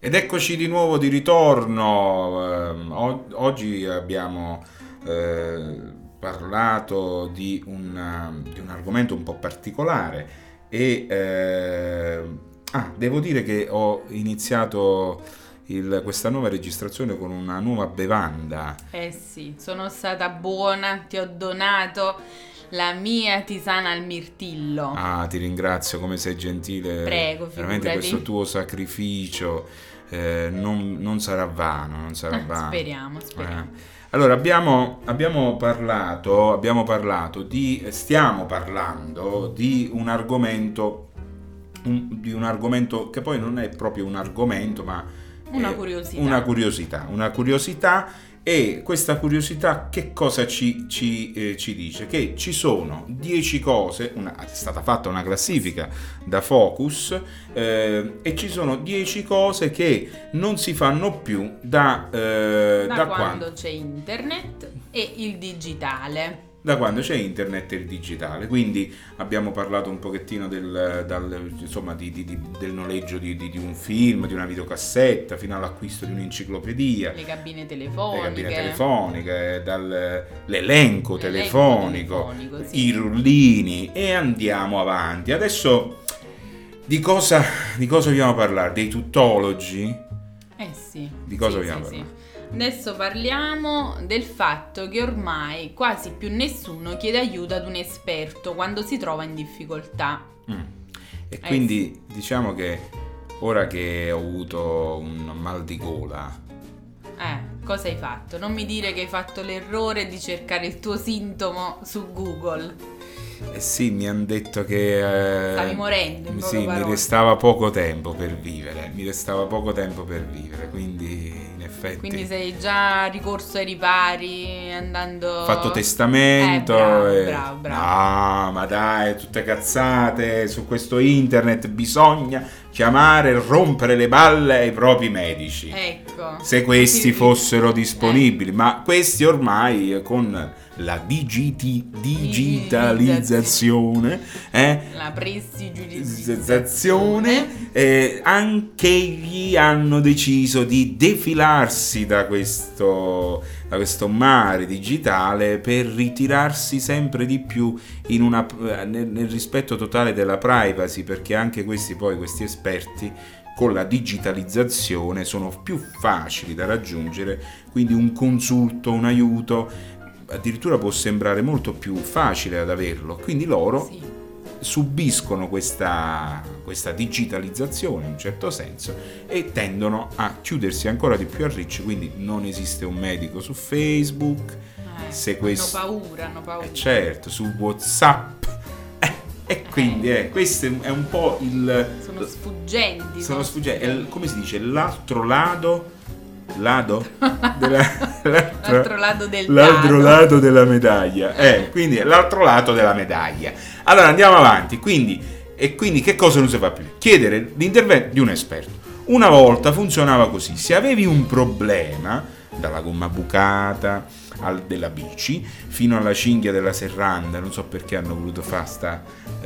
Ed eccoci di nuovo di ritorno. Eh, o- oggi abbiamo eh, parlato di un, di un argomento un po' particolare e eh, ah, devo dire che ho iniziato il- questa nuova registrazione con una nuova bevanda. Eh sì, sono stata buona, ti ho donato la mia tisana al mirtillo. Ah, ti ringrazio, come sei gentile. Prego, Veramente figurati. questo tuo sacrificio eh, non, non sarà vano, non sarà Ah, vano. speriamo, speriamo. Eh. Allora, abbiamo, abbiamo parlato, abbiamo parlato di, stiamo parlando di un argomento, un- di un argomento che poi non è proprio un argomento, ma Una è curiosità. Una curiosità, una curiosità. E questa curiosità che cosa ci, ci, eh, ci dice? Che ci sono dieci cose, una- è stata fatta una classifica da Focus, eh, e ci sono dieci cose che non si fanno più da, eh, Da, da quando quando, c'è internet e il digitale. da quando c'è internet e il digitale. Quindi abbiamo parlato un pochettino del, dal- insomma, di- di- di- del noleggio di, di- di un film, di una videocassetta, fino all'acquisto di un'iciclopedia. Le cabine Le telefoniche. cabine telefoniche, dall'elenco L'elenco telefonico, telefonico, sì. i rullini, e andiamo avanti. Adesso di cosa, di cosa vogliamo parlare? Dei tuttologi? Eh sì. Di cosa Sì, vogliamo sì, sì. parlare? Adesso parliamo del fatto che ormai quasi più nessuno chiede aiuto ad un esperto quando si trova in difficoltà. Mm. E Eh quindi diciamo che ora che ho avuto un mal di gola, Eh, cosa hai fatto? Non mi dire che hai fatto l'errore di cercare il tuo sintomo su Google. eh sì, mi hanno detto che eh, Stavi morendo, in poche sì, mi parole. restava poco tempo per vivere, mi restava poco tempo per vivere, quindi in effetti Quindi sei già ricorso ai ripari andando... ho fatto testamento. Eh, bravo, e... bravo, bravo. No, ma dai, tutte cazzate. Su questo internet bisogna chiamare e rompere le balle ai propri medici. Ecco. Se questi Sì, fossero disponibili, ma questi ormai eh, con la digiti- digitalizzazione, eh, La digitalizzazione, eh, anche gli hanno deciso di defilarsi da questo, da questo mare digitale per ritirarsi sempre di più in una, nel, nel rispetto totale della privacy, perché anche questi poi, questi esperti, con la digitalizzazione sono più facili da raggiungere, quindi un consulto, un aiuto addirittura può sembrare molto più facile ad averlo, quindi loro Sì. subiscono questa, questa digitalizzazione in un certo senso e tendono a chiudersi ancora di più a riccio, quindi non esiste un medico su Facebook, Eh, se questo, Hanno paura, hanno paura. eh, certo, su WhatsApp, eh, e quindi eh, questo è un po' il... Sono sfuggenti. sono sfuggenti, è il- come si dice, l'altro lato, lado? Della, l'altro, L'altro lato del l'altro dado. lato della medaglia, eh, quindi è l'altro lato della medaglia. Allora andiamo avanti, quindi, e quindi che cosa non si fa più? Chiedere l'intervento di un esperto. Una volta funzionava così: se avevi un problema, dalla gomma bucata al della bici fino alla cinghia della serranda, non so perché hanno voluto fare sta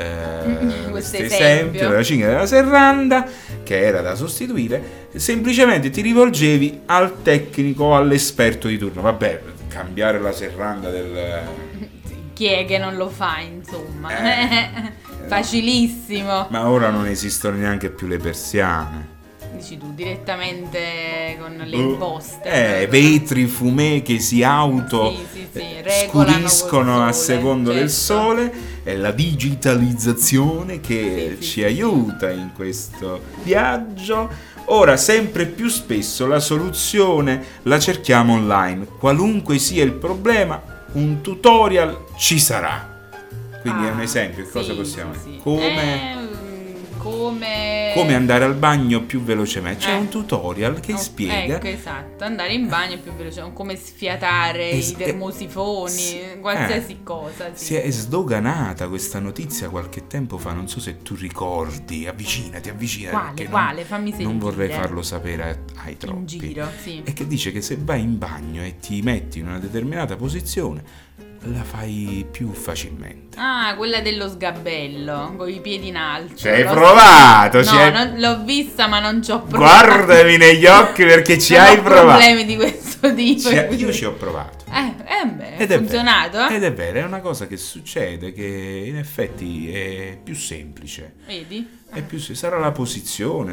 eh, Questo questo esempio. esempio della cinghia della serranda, che era da sostituire, semplicemente ti rivolgevi al tecnico, all'esperto di turno. Vabbè, cambiare la serranda del... Chi è che non lo fa, insomma? Eh. Facilissimo. Ma ora non esistono neanche più le persiane. Dici tu, direttamente con le Uh, imposte. eh, vetri fumé che si auto Sì, sì, sì, eh, regolano scudiscono col a sole, secondo del certo. sole. È la digitalizzazione che Sì, sì, ci sì, aiuta in questo viaggio. Ora sempre più spesso la soluzione la cerchiamo online, qualunque sia il problema, un tutorial ci sarà. Quindi è un Ah, esempio, che cosa sì, possiamo sì, dire? sì. Come, Eh, mm, come... come andare al bagno più velocemente. C'è Eh. un tutorial che Oh, spiega. Ecco, esatto, andare in bagno è più veloce, come sfiatare Es- i termosifoni, sì, qualsiasi eh, cosa. Sì. Si è sdoganata questa notizia qualche tempo fa, non so se tu ricordi, avvicinati, avvicinati. Quale, perché quale? Non, Fammi sentire. non vorrei farlo sapere a- ai troppi. In giro, sì. E che dice che se vai in bagno e ti metti in una determinata posizione, la fai più facilmente. Ah, quella dello sgabello, con i piedi in alto. Ci hai L'ho- provato, No, ci hai- non- l'ho vista ma non ci ho provato. Guardami negli occhi perché ci Non hai ho provato. problemi di questo tipo. Ci hai- Io ci ho provato. Eh, eh beh, Ed è è funzionato, vero. eh? Ed è vero, è una cosa che succede, che in effetti è più semplice. Vedi? È più se- sarà la posizione,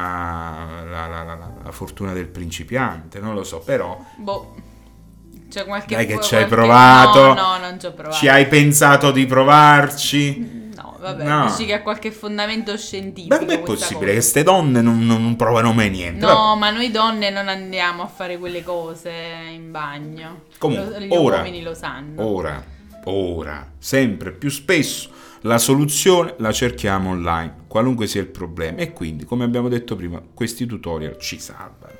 sarà la, la- la- la- la fortuna del principiante, non lo so, però Boh. C'è qualche dai che qualche- ci hai provato, No, no, non ci ho provato. ci hai pensato di provarci. No, vabbè, No. dici che ha qualche fondamento scientifico. Ma com'è questa possibile cosa. che ste donne non, non- non provano mai niente? No, ma noi donne non andiamo a fare quelle cose in bagno. Comunque, Lo- gli ora- uomini lo sanno. Ora, ora, sempre più spesso la soluzione la cerchiamo online, qualunque sia il problema. E quindi, come abbiamo detto prima, questi tutorial ci salvano.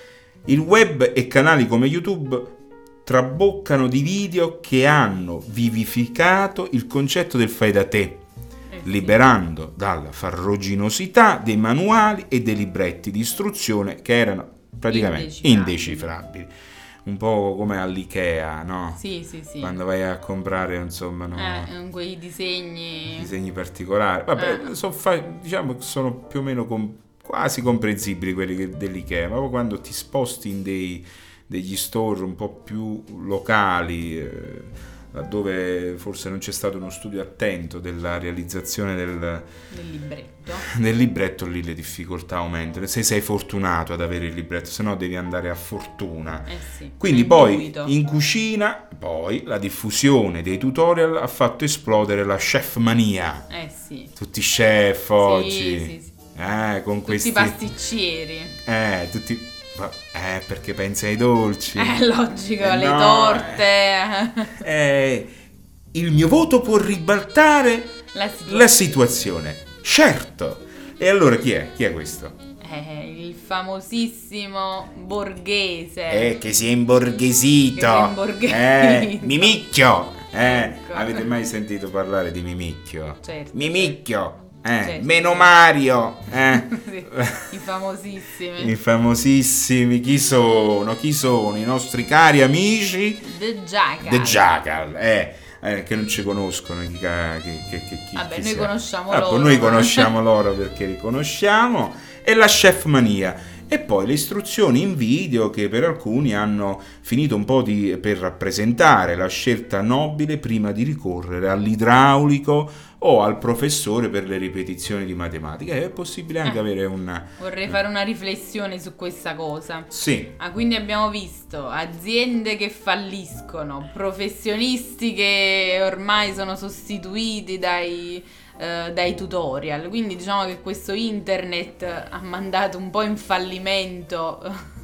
Il web e canali come YouTube traboccano di video che hanno vivificato il concetto del fai da te, Eh sì. liberando dalla farroginosità dei manuali e dei libretti di istruzione che erano praticamente Indecifrabili. indecifrabili. Un po' come all'Ikea, no? Sì, sì, sì. Quando vai a comprare, insomma, no? Eh, con quei disegni. disegni particolari. Vabbè, Eh. so fa- diciamo che sono più o meno com- quasi comprensibili quelli che- dell'Ikea, ma poi quando ti sposti in dei, degli store un po' più locali, eh, laddove forse non c'è stato uno studio attento della realizzazione del, Del libretto. del libretto, lì le difficoltà aumentano. Se sei fortunato ad avere il libretto, se no devi andare a fortuna. Eh sì. Quindi È poi intuito. in cucina, poi la diffusione dei tutorial ha fatto esplodere la chef mania. Eh sì. Tutti chef oggi. Sì, sì, sì. Eh, con Tutti questi i pasticceri. eh, tutti eh, perché pensi ai dolci. È logico, Eh, le no, torte. eh, il mio voto può ribaltare La situazione. la situazione. Certo. E allora chi è? Chi è questo? Eh, il famosissimo borghese. Eh, che si è imborghesito. Che si è imborghesito. Eh, Mimicchio. Eh, Ecco. avete mai sentito parlare di Mimicchio? Certo. Mimicchio. Eh, Certo. Meno Mario. Eh. Sì, i famosissimi. I famosissimi, chi sono? Chi sono? I nostri cari amici The Jackal. The Jackal, eh, eh, che non ci conoscono, chi, ca- chi, che- che- chi- Vabbè, chi noi sia. conosciamo Ah, loro. poi noi conosciamo loro perché li conosciamo, e la chef mania. E poi le istruzioni in video che per alcuni hanno finito un po' di, per rappresentare la scelta nobile prima di ricorrere all'idraulico o al professore per le ripetizioni di matematica. È possibile anche Eh. avere un... Vorrei fare una riflessione su questa cosa. Sì, Ah, quindi abbiamo visto aziende che falliscono, professionisti che ormai sono sostituiti dai, eh, dai tutorial. Quindi diciamo che questo internet ha mandato un po' in fallimento,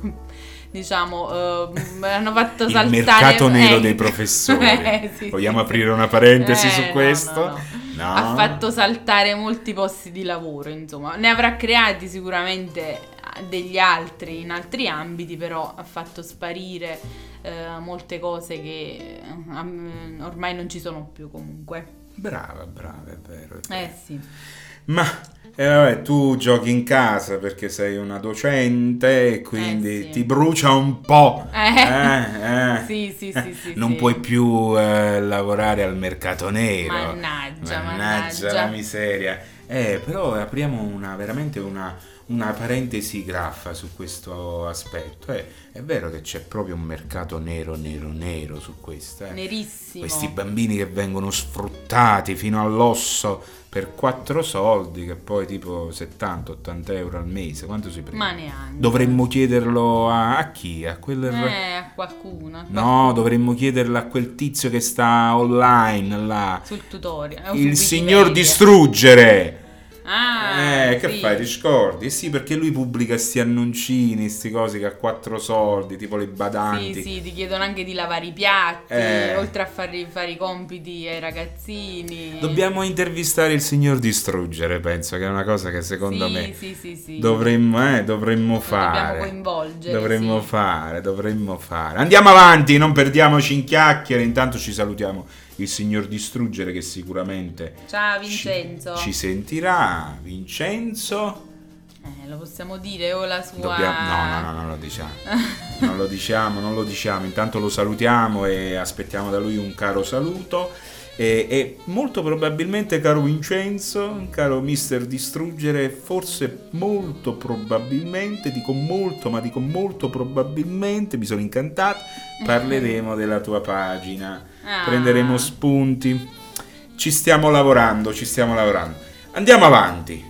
diciamo, eh, hanno fatto il saltare... mercato nero eh, dei professori. eh, sì, Vogliamo sì, aprire sì. una parentesi Eh, su no, questo? no, no. Ha fatto saltare molti posti di lavoro, insomma. Ne avrà creati sicuramente degli altri in altri ambiti, però ha fatto sparire eh, molte cose che eh, ormai non ci sono più comunque. Brava, brava, è vero. È vero. Eh sì. Ma eh, vabbè, tu giochi in casa perché sei una docente e quindi Eh, sì. ti brucia un po'. Eh. Eh, eh. Sì, sì, sì, sì, non sì. puoi più eh, lavorare al mercato nero. Mannaggia, Mannaggia mannaggia. la miseria. Eh, però apriamo una, veramente una, una parentesi graffa su questo aspetto. Eh, è vero che c'è proprio un mercato nero, nero, nero su questo. Eh. Nerissimo. Questi bambini che vengono sfruttati fino all'osso per quattro soldi, che poi tipo settanta ottanta euro al mese, quanto si prende? Ma neanche. Dovremmo chiederlo a, a chi? A quel... Eh, a qualcuno. a No, qualcuno. dovremmo chiederlo a quel tizio che sta online là. Sul tutorial. o su Il signor Wikipedia. Distruggere. Ah, Eh, che sì. fai? Ti scordi? Eh sì, perché lui pubblica sti annoncini, sti cosi che a quattro soldi, tipo le badanti. Sì, sì, ti chiedono anche di lavare i piatti, Eh. oltre a fare, fare i compiti ai ragazzini. Dobbiamo intervistare il signor Distruggere, penso che è una cosa che secondo sì, me sì, sì, sì. dovremmo, eh, dovremmo Lo fare. dobbiamo coinvolgere. Dovremmo sì. fare, dovremmo fare. Andiamo avanti, non perdiamoci in chiacchiere. Intanto ci salutiamo il signor Distruggere che sicuramente Ciao ci- Vincenzo. ci, sentirà. Vincenzo, Eh, lo possiamo dire o la sua... Dobbiamo... No, no, no, non lo diciamo. Non lo diciamo, non lo diciamo. Intanto lo salutiamo e aspettiamo da lui un caro saluto. E, e molto probabilmente, caro Vincenzo, caro mister Distruggere, forse molto probabilmente, dico molto, ma dico molto probabilmente, mi sono incantato, parleremo della tua pagina. Ah. Prenderemo spunti. Ci stiamo lavorando, ci stiamo lavorando. Andiamo avanti.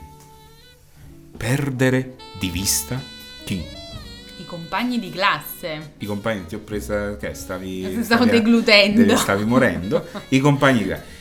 Perdere di vista chi? I compagni di classe. I compagni, ti ho presa che stavi Stavo stavi, deglutendo. Stavi morendo. I compagni di classe.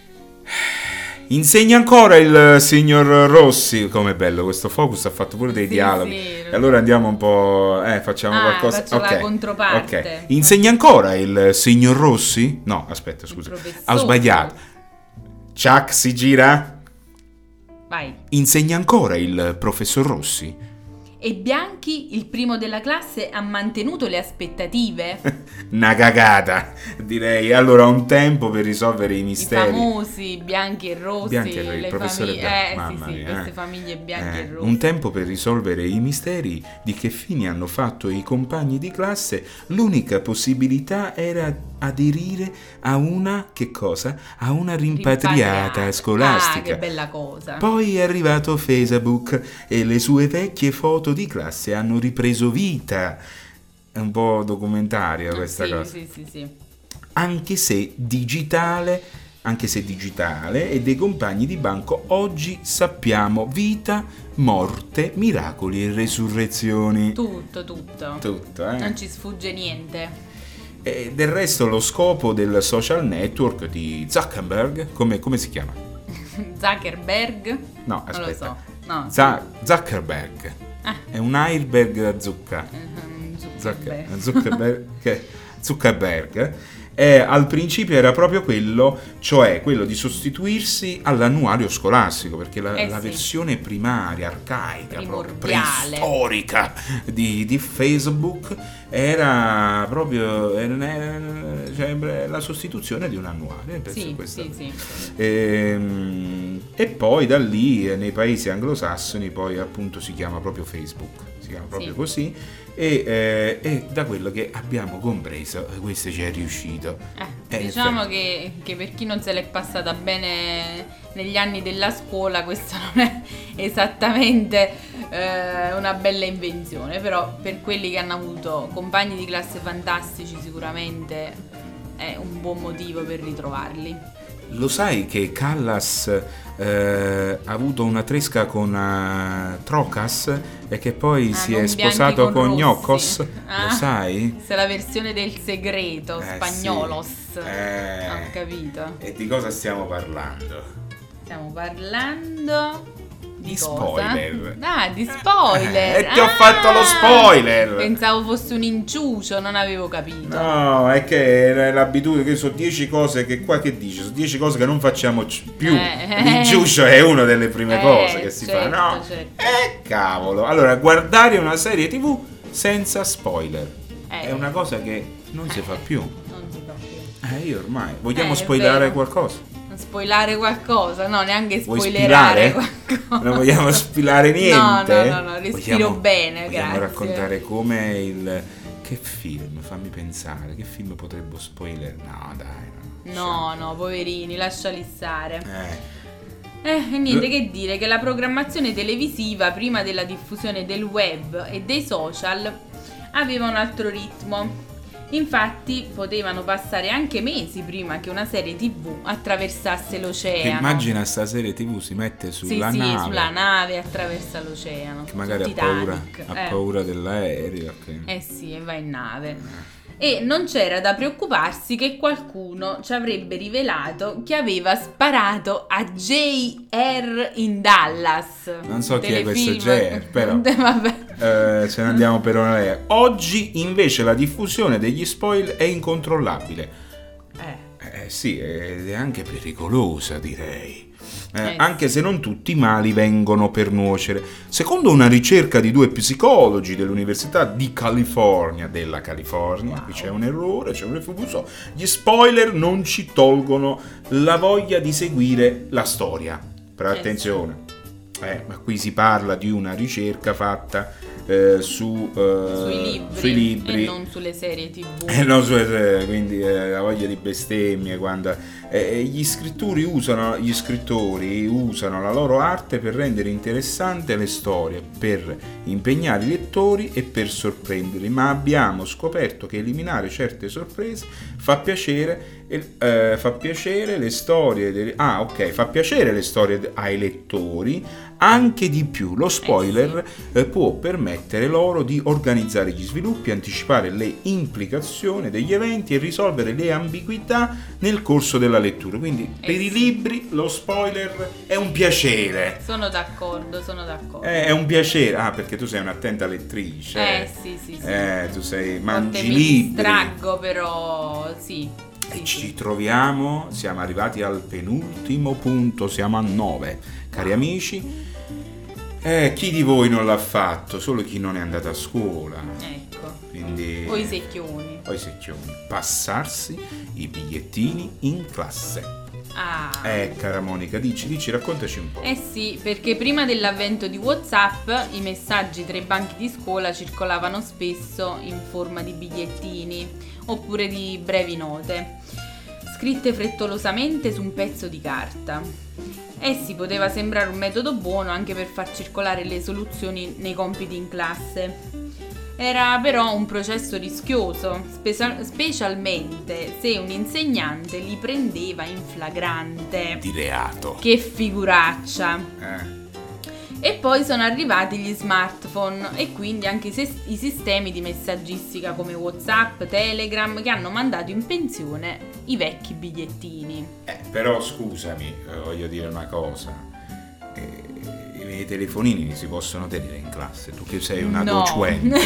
Insegna ancora il signor Rossi. Com'è bello questo focus, ha fatto pure dei Sì, dialoghi. sì. E allora andiamo un po', eh, facciamo Ah, qualcosa. faccio la Ok, controparte. ok. Insegna ancora il signor Rossi? No, aspetta, scusa. professore. Ho sbagliato. Chuck si gira. Vai. Insegna ancora il professor Rossi? E Bianchi, il primo della classe, ha mantenuto le aspettative? Una cagata, direi. Allora, un tempo per risolvere i I misteri. famosi Bianchi e Rossi, Bianchi e Rossi, il le professore famiglie, Bianchi, eh, mamma sì, sì, mia, queste eh. famiglie Bianchi Eh, e Rossi. un tempo per risolvere i misteri di che fine hanno fatto i compagni di classe, l'unica possibilità era aderire a una, che cosa? A una rimpatriata, Rimpatriata. scolastica. Ah, che bella cosa. Poi è arrivato Facebook e le sue vecchie foto di classe hanno ripreso vita. È un po' documentaria questa sì, cosa. sì, sì, sì. Anche se digitale, anche se digitale, e dei compagni di banco oggi sappiamo vita, morte, miracoli e resurrezioni. Tutto, tutto. Tutto, eh? Non ci sfugge niente. E del resto lo scopo del social network di Zuckerberg, come, come si chiama? Zuckerberg? No, Non lo aspetta. so. No. Za- Zuckerberg. Ah. È un airbag da zucca. Mhm, Zucker- Zuckerberg. Zuckerberg, che- Zuckerberg eh, al principio era proprio quello, cioè quello di sostituirsi all'annuario scolastico, perché la, Eh la sì. versione primaria, arcaica, proprio Primordiale. preistorica di, di Facebook era proprio era- cioè, la sostituzione di un annuario. penso Sì, questa- sì, sì. Ehm, E, poi da lì eh, nei paesi anglosassoni poi appunto si chiama proprio Facebook, si chiama proprio Sì. così e, eh, e da quello che abbiamo compreso eh, questo ci è riuscito. Eh, Eh, diciamo che, che per chi non se l'è passata bene negli anni della scuola, questa non è esattamente eh, una bella invenzione, però per quelli che hanno avuto compagni di classe fantastici sicuramente è un buon motivo per ritrovarli. Lo sai che Callas eh, ha avuto una tresca con eh, Trocas e che poi Ah, si non è Bianchi sposato con con Rossi. Gnocos? Ah. Lo sai? Questa è la versione del segreto, Eh, spagnolos. sì. Eh. Ho capito. E di cosa stiamo parlando? Stiamo parlando di, Di cosa? spoiler. Ah, di spoiler. Eh, e ti ho Ah! fatto lo spoiler. Pensavo fosse un inciucio, non avevo capito. No, è che è l'abitudine, che sono dieci cose che qua che dici, sono dieci cose che non facciamo c- più. Eh. L'inciucio è una delle prime Eh, cose che si certo, fa, no? certo. Eh, cavolo. Allora, guardare una serie tivù senza spoiler Eh. è una cosa che non si fa più. Non si fa più. Eh, io ormai. Vogliamo Eh, è spoilerare vero. qualcosa? Spoilare qualcosa? No, neanche Vuoi spoilerare spilare? qualcosa. Non vogliamo spilare niente? No, no, no, no, respiro Vogliamo- bene, Vogliamo grazie. raccontare come il... Che film? Fammi pensare. Che film potremmo spoiler? No, dai. No, no, poverini, lasciali stare. Eh. Eh, e niente L- che dire, che la programmazione televisiva prima della diffusione del web e dei social aveva un altro ritmo. Infatti potevano passare anche mesi prima che una serie tivù attraversasse l'oceano. Immagina sta serie tivù si mette Sì, sulla sì, nave. sulla nave attraversa l'oceano. Che magari Sul ha paura, Titanic, ha eh. paura dell'aereo. che- Eh sì, e va in nave. E non c'era da preoccuparsi che qualcuno ci avrebbe rivelato che aveva sparato a J R in Dallas. Non so chi è questo Telefilm. J R, però. Vabbè. Eh, ce ne andiamo per una lei. Oggi invece la diffusione degli spoiler è incontrollabile. Eh. Eh sì, ed è anche pericolosa, direi. Eh, Eh, anche se non tutti i mali vengono per nuocere. Secondo una ricerca di due psicologi dell'Università di California, della California, qui c'è un errore, c'è un refuso, gli spoiler non ci tolgono la voglia di seguire la storia. Però Eh, attenzione, Eh, ma qui si parla di una ricerca fatta eh, su, eh, sui, libri, sui libri e non sulle serie tv. e non sulle serie, quindi eh, la voglia di bestemmie quando eh, gli scrittori usano gli scrittori usano la loro arte per rendere interessante le storie, per impegnare i lettori e per sorprenderli, ma abbiamo scoperto che eliminare certe sorprese fa piacere eh, fa piacere le storie delle, ah ok fa piacere le storie ai lettori anche di più. Lo spoiler eh sì. eh, può permettere loro di organizzare gli sviluppi, anticipare le implicazioni degli eventi e risolvere le ambiguità nel corso della lettura. Quindi eh per sì. i libri lo spoiler è un piacere. Sono d'accordo, sono d'accordo. È, è un piacere. Ah, perché tu sei un'attenta lettrice. Eh sì, sì, sì. Eh, tu sei mangi mi libri. distraggo, però sì. E sì, ci sì. troviamo, siamo arrivati al penultimo punto, siamo a nove, cari amici. Eh, chi di voi non l'ha fatto? Solo chi non è andato a scuola. Ecco. Quindi, o i secchioni. O i secchioni. Passarsi i bigliettini in classe. Ah. Eh, cara Monica, dici, dici, raccontaci un po'. Eh sì, perché prima dell'avvento di WhatsApp i messaggi tra i banchi di scuola circolavano spesso in forma di bigliettini oppure di brevi note, scritte frettolosamente su un pezzo di carta. Essi poteva sembrare un metodo buono anche per far circolare le soluzioni nei compiti in classe. Era però un processo rischioso, spe- specialmente se un insegnante li prendeva in flagrante. Di reato. Che figuraccia. Eh. E poi sono arrivati gli smartphone e quindi anche i, ses- i sistemi di messaggistica come WhatsApp, Telegram, che hanno mandato in pensione i vecchi bigliettini. Eh, però scusami, eh, voglio dire una cosa. Eh, I telefonini si possono tenere in classe, tu che sei una no. docente.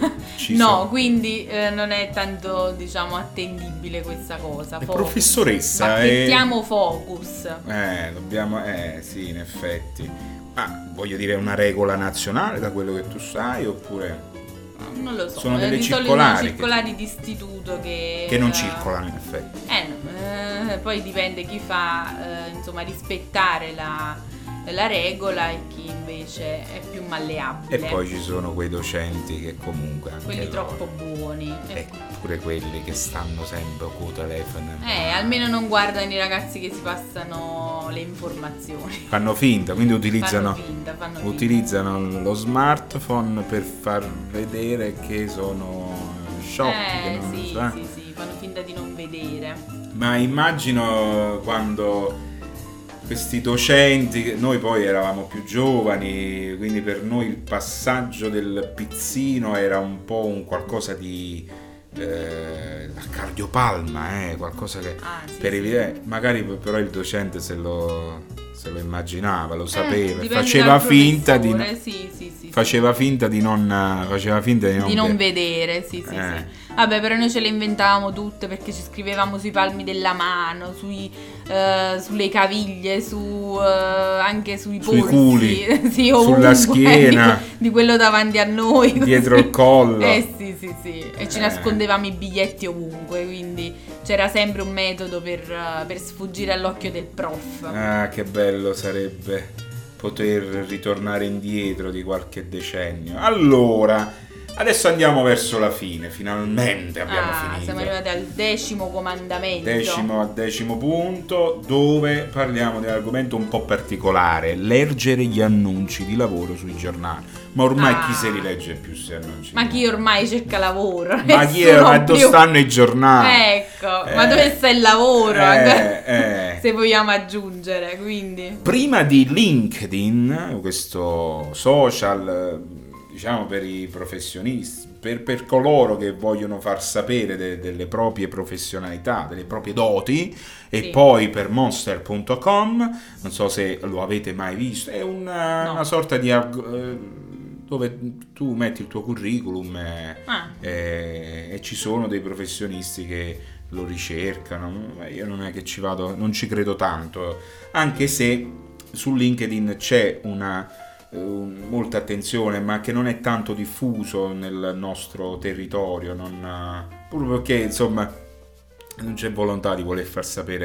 Ci no, sono. quindi eh, non è tanto, diciamo, attendibile questa cosa. È professoressa. Mettiamo è... focus. Eh, dobbiamo, eh, sì, in effetti. Ma voglio dire, è una regola nazionale da quello che tu sai, oppure... Non lo so, sono delle di circolari, solito circolari che... di istituto che... Che non uh, circolano, in effetti. Eh, no, eh, poi dipende chi fa, eh, insomma, rispettare la... la regola e chi invece è più malleabile. E poi ci sono quei docenti che comunque anche quelli loro, troppo buoni e pure quelli che stanno sempre con il telefono. Eh, almeno non guardano i ragazzi che si passano le informazioni. Fanno finta, quindi utilizzano, fanno finta, fanno utilizzano finta. lo smartphone per far vedere che sono sciocchi. Eh, che non sì, so, eh. sì, sì, fanno finta di non vedere. Ma immagino quando questi docenti, noi poi eravamo più giovani, quindi per noi il passaggio del pizzino era un po' un qualcosa di eh, a cardiopalma, eh, qualcosa che ah, sì, per sì. evidente, magari però il docente se lo, se lo immaginava, lo sapeva, eh, faceva finta di sì, sì, sì, faceva sì. finta di non faceva finta di non, di non ve- vedere, sì, sì, eh. sì. Vabbè, però noi ce le inventavamo tutte perché ci scrivevamo sui palmi della mano, sui, uh, sulle caviglie, su uh, anche sui polsi, sui culi, sì, sulla schiena, di, di quello davanti a noi, dietro così. il collo. Eh sì, sì, sì. E ci Eh. nascondevamo i biglietti ovunque, quindi c'era sempre un metodo per, uh, per sfuggire all'occhio del prof. Ah, che bello sarebbe poter ritornare indietro di qualche decennio. Allora, adesso andiamo verso la fine, finalmente abbiamo ah, finito. Siamo arrivati al decimo comandamento. Decimo a decimo punto, dove parliamo di un argomento un po' particolare, leggere gli annunci di lavoro sui giornali. Ma ormai ah. chi se li legge più questi annunci? Ma chi ormai cerca lavoro? Ma chi è? Ma dove stanno i giornali? Ecco, eh, ma dove sta il lavoro? Eh, eh. Se vogliamo aggiungere, quindi. Prima di LinkedIn, questo social, diciamo per i professionisti, per, per coloro che vogliono far sapere de, delle proprie professionalità, delle proprie doti, e sì. poi per monster punto com, non so se lo avete mai visto, è una, no. una sorta di eh, dove tu metti il tuo curriculum e, ah. e, e ci sono dei professionisti che lo ricercano. Io non è che ci vado, non ci credo tanto, anche se su LinkedIn c'è una molta attenzione, ma che non è tanto diffuso nel nostro territorio, non, proprio perché insomma non c'è volontà di voler far sapere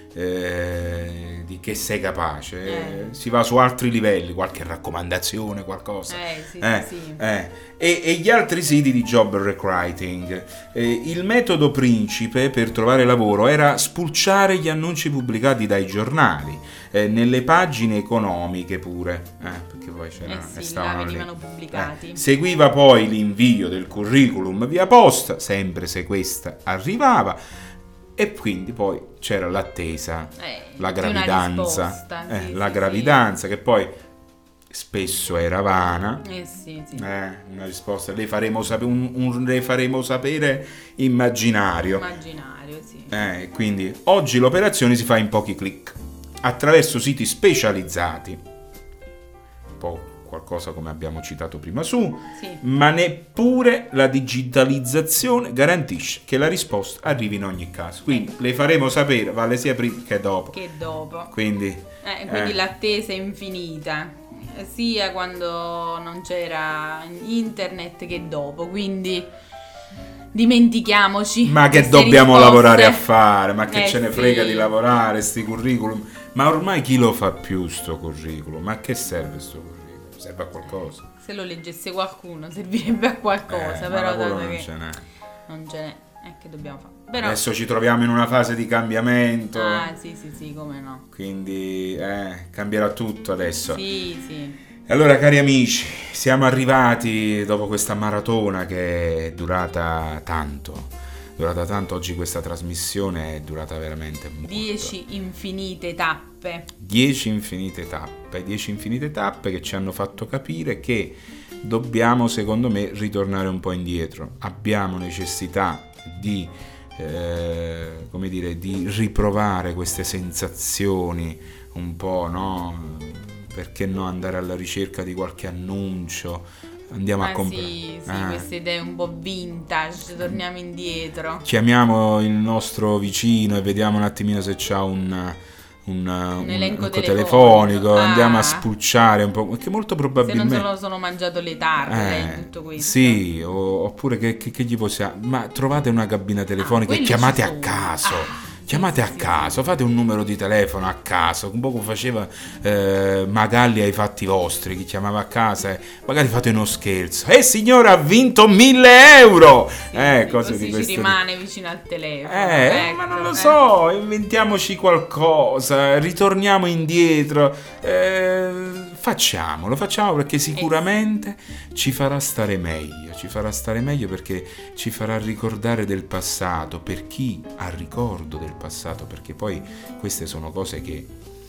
eh, di che sei capace, Eh. si va su altri livelli, qualche raccomandazione, qualcosa. Eh, sì, Eh, sì, sì. eh. E, e gli altri siti di job recruiting. Eh, il metodo principe per trovare lavoro era spulciare gli annunci pubblicati dai giornali, eh, nelle pagine economiche pure, eh, perché poi c'era, Eh sì, stavano là lì. venivano pubblicati. Eh, seguiva poi l'invio del curriculum via posta, sempre se questa arrivava, e quindi poi c'era l'attesa, Eh, la di una gravidanza, risposta, eh, sì, la sì, gravidanza che poi spesso era vana. Eh sì, sì. Eh, una risposta, le faremo, sape- un, un- le faremo sapere immaginario. Immaginario, sì. Eh, quindi oggi l'operazione si fa in pochi click, attraverso siti specializzati, un po' qualcosa come abbiamo citato prima su, Sì. ma neppure la digitalizzazione garantisce che la risposta arrivi in ogni caso. Quindi le faremo sapere, vale sia prima che dopo. Che dopo. Quindi, Eh, quindi eh. l'attesa è infinita, eh, sia quando non c'era internet che dopo, quindi dimentichiamoci. Ma che queste dobbiamo risposte. lavorare a fare? Ma che Eh ce ne sì. frega di lavorare, sti curriculum? Ma ormai chi lo fa più sto curriculum? Ma a che serve sto curriculum? Serve a qualcosa? Se lo leggesse qualcuno servirebbe a qualcosa, Eh, ma però lavoro dato non che ce n'è. non ce n'è, eh, che dobbiamo fare? Però, Adesso ci troviamo in una fase di cambiamento, ah sì sì sì, come no. quindi eh, cambierà tutto adesso. Sì, sì. E allora, cari amici, siamo arrivati dopo questa maratona che è durata tanto. Durata tanto, oggi questa trasmissione è durata veramente molto. Dieci infinite tappe. Dieci infinite tappe, dieci infinite tappe che ci hanno fatto capire che dobbiamo, secondo me, ritornare un po' indietro. Abbiamo necessità di, eh, come dire, di riprovare queste sensazioni un po', no? Perché no andare alla ricerca di qualche annuncio? Andiamo a Ah comprare. sì, sì, Eh. queste idee un po' vintage, torniamo indietro. Chiamiamo il nostro vicino e vediamo un attimino se c'ha un, un, un elenco elenco telefonico. telefonico, andiamo Ah. a spulciare un po', perché molto Se non probabilmente se lo sono mangiato le tarle Eh, in tutto questo. sì, o- oppure che, che- che gli possiamo, ma trovate una cabina telefonica e quelli chiamate ci a sono. caso. Ah, Chiamate sì, a sì, caso, fate un numero di telefono a caso, un po' come faceva eh, Magalli ai fatti vostri, chi chiamava a casa e magari fate uno scherzo. Eh signora, ha vinto mille euro! Sì, eh, sì, cose così di ci questo rimane vicino al telefono. eh, ecco, ma non lo eh. so, inventiamoci qualcosa, ritorniamo indietro, eh, facciamolo, facciamo perché sicuramente ci farà stare meglio, ci farà stare meglio perché ci farà ricordare del passato, per chi ha ricordo del passato, perché poi queste sono cose che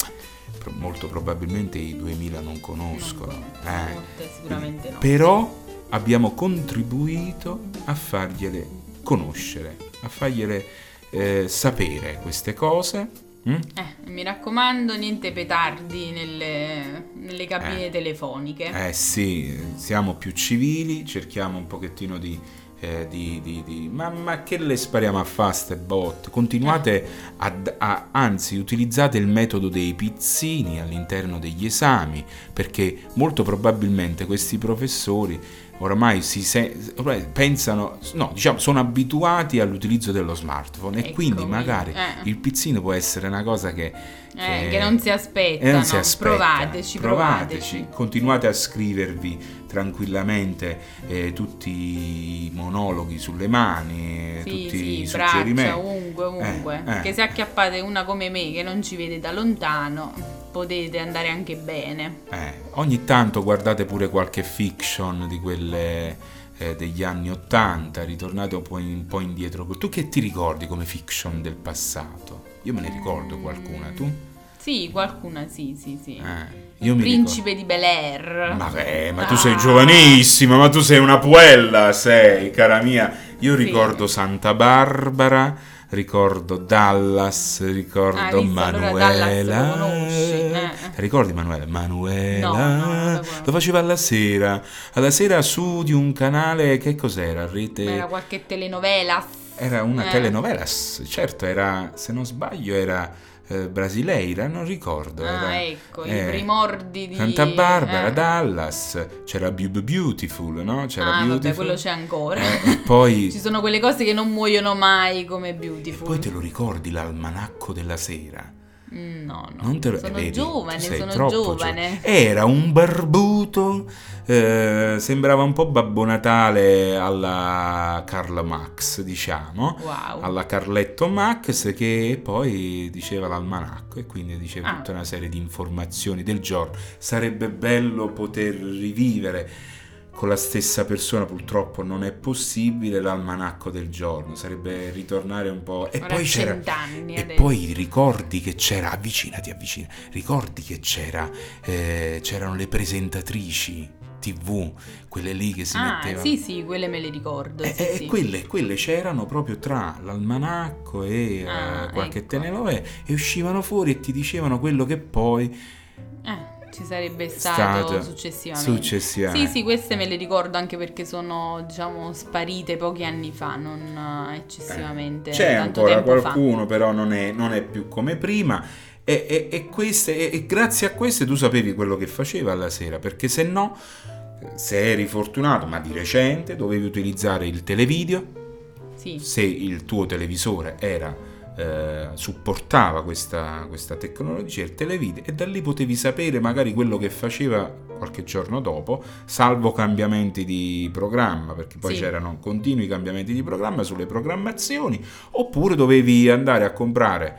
pro- molto probabilmente i duemila non conoscono. eh. Molte sicuramente no. Però abbiamo contribuito a fargliele conoscere, a fargliele eh, sapere queste cose. mm? Eh, mi raccomando, niente petardi nelle, nelle cabine Eh. telefoniche. Eh sì, siamo più civili, cerchiamo un pochettino di... eh, di, di, di- ma, ma che le spariamo a fare ste bot? Continuate a, a- anzi utilizzate il metodo dei pizzini all'interno degli esami, perché molto probabilmente questi professori oramai si se- oramai pensano, no, diciamo, sono abituati all'utilizzo dello smartphone e Ecco, quindi magari eh. il pizzino può essere una cosa che, Eh, che non si aspettano. e non si aspetta. Provateci, provateci. Continuate a scrivervi tranquillamente eh, tutti i monologhi sulle mani, Sì, tutti sì, i braccia, suggerimenti. ovunque, ovunque. Eh, eh. Che se acchiappate una come me che non ci vede da lontano, potete andare anche bene. Eh, ogni tanto guardate pure qualche fiction di quelle eh, degli anni ottanta, ritornate un po', in- un po' indietro. Tu che ti ricordi come fiction del passato? Io me ne ricordo qualcuna, tu? Sì, qualcuna sì, sì, sì. Eh, Il io mi principe di Bel Air. ricordo. Ma, beh, ma tu Ah. sei giovanissima, ma tu sei una puella, sei, cara mia. Io Sì. ricordo Santa Barbara, ricordo Dallas, ricordo Ah, visto, allora Dallas Manuela. lo conosci, eh. Ricordi Manuela? Manuela No, no, non lo conosco. lo faceva alla sera, alla sera su di un canale, che cos'era? Rete. Era qualche telenovela. Era una Eh. telenovela, certo, era, se non sbaglio, era eh, Brasileira, non ricordo. Ah, era, ecco, eh, i primordi di Santa Barbara, eh. Dallas, c'era Be- Beautiful, no? C'era Ah, Beautiful. vabbè, quello c'è ancora. Eh, e poi Ci sono quelle cose che non muoiono mai come Beautiful. poi te lo ricordi l'almanacco della sera? Mm, No, no, Non te lo sono vedi, giovane, tu sei sono troppo giovane. giovane. Era un barbuto, eh, sembrava un po' Babbo Natale alla Karl Marx, diciamo, Wow. alla Carletto Max, che poi diceva l'almanacco e quindi diceva Ah. tutta una serie di informazioni del giorno. Sarebbe bello poter rivivere con la stessa persona, purtroppo non è possibile, l'almanacco del giorno, sarebbe ritornare un po'. E Ora poi c'era cent'anni e adesso. poi ricordi che c'era, avvicinati, avvicina, ricordi che c'era, eh, c'erano le presentatrici tivù, quelle lì che si Ah, mettevano. sì, sì, quelle me le ricordo. E, sì, e sì. quelle, quelle c'erano proprio tra l'almanacco e Ah, eh, qualche ecco. telenovela e uscivano fuori e ti dicevano quello che poi Eh, ci sarebbe stato, Stato successivamente. successivamente. Sì, sì, queste me le ricordo anche perché sono, diciamo, sparite pochi anni fa, non eh, eccessivamente C'è tanto ancora tempo qualcuno, però non è, non è più come prima. E, e- e queste, e, e grazie a queste tu sapevi quello che faceva alla sera, perché se no, se eri fortunato, ma di recente, dovevi utilizzare il televideo, fa. Sì. se il tuo televisore era eh, supportava questa, questa tecnologia, il televideo, e da lì potevi sapere magari quello che faceva qualche giorno dopo, salvo cambiamenti di programma, perché poi Sì. c'erano continui cambiamenti di programma sulle programmazioni, oppure dovevi andare a comprare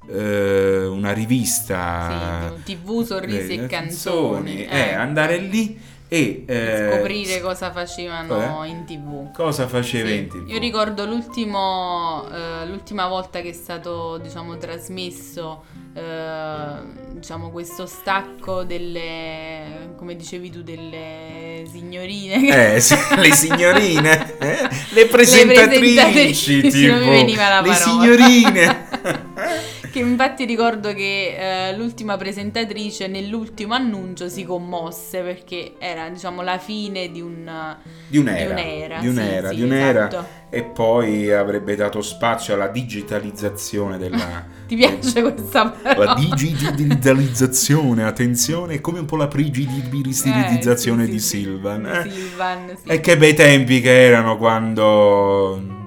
eh, una rivista Sì, tivù, sorrisi eh, e canzoni. eh, eh. andare lì e eh, Scoprire cosa facevano eh? in tivù. cosa faceva Sì. in tivù. Io ricordo l'ultimo, eh, l'ultima volta che è stato, diciamo, trasmesso, eh, diciamo, questo stacco delle, come dicevi tu, delle signorine. Eh, sì, le signorine, eh? le presentatrici, presentatrici, non mi tipo, veniva la le parola. signorine. Che infatti ricordo che eh, l'ultima presentatrice nell'ultimo annuncio si commosse perché era, diciamo, la fine di un Di un'era, di un'era, di un'era, sì, sì, di un'era, esatto. e poi avrebbe dato spazio alla digitalizzazione della... Ti piace questa parola? La digitalizzazione, attenzione, è come un po' la prigidizzazione Eh, sì, di sì, sì. Silvan. eh? Di Silvan, sì. E che bei tempi che erano quando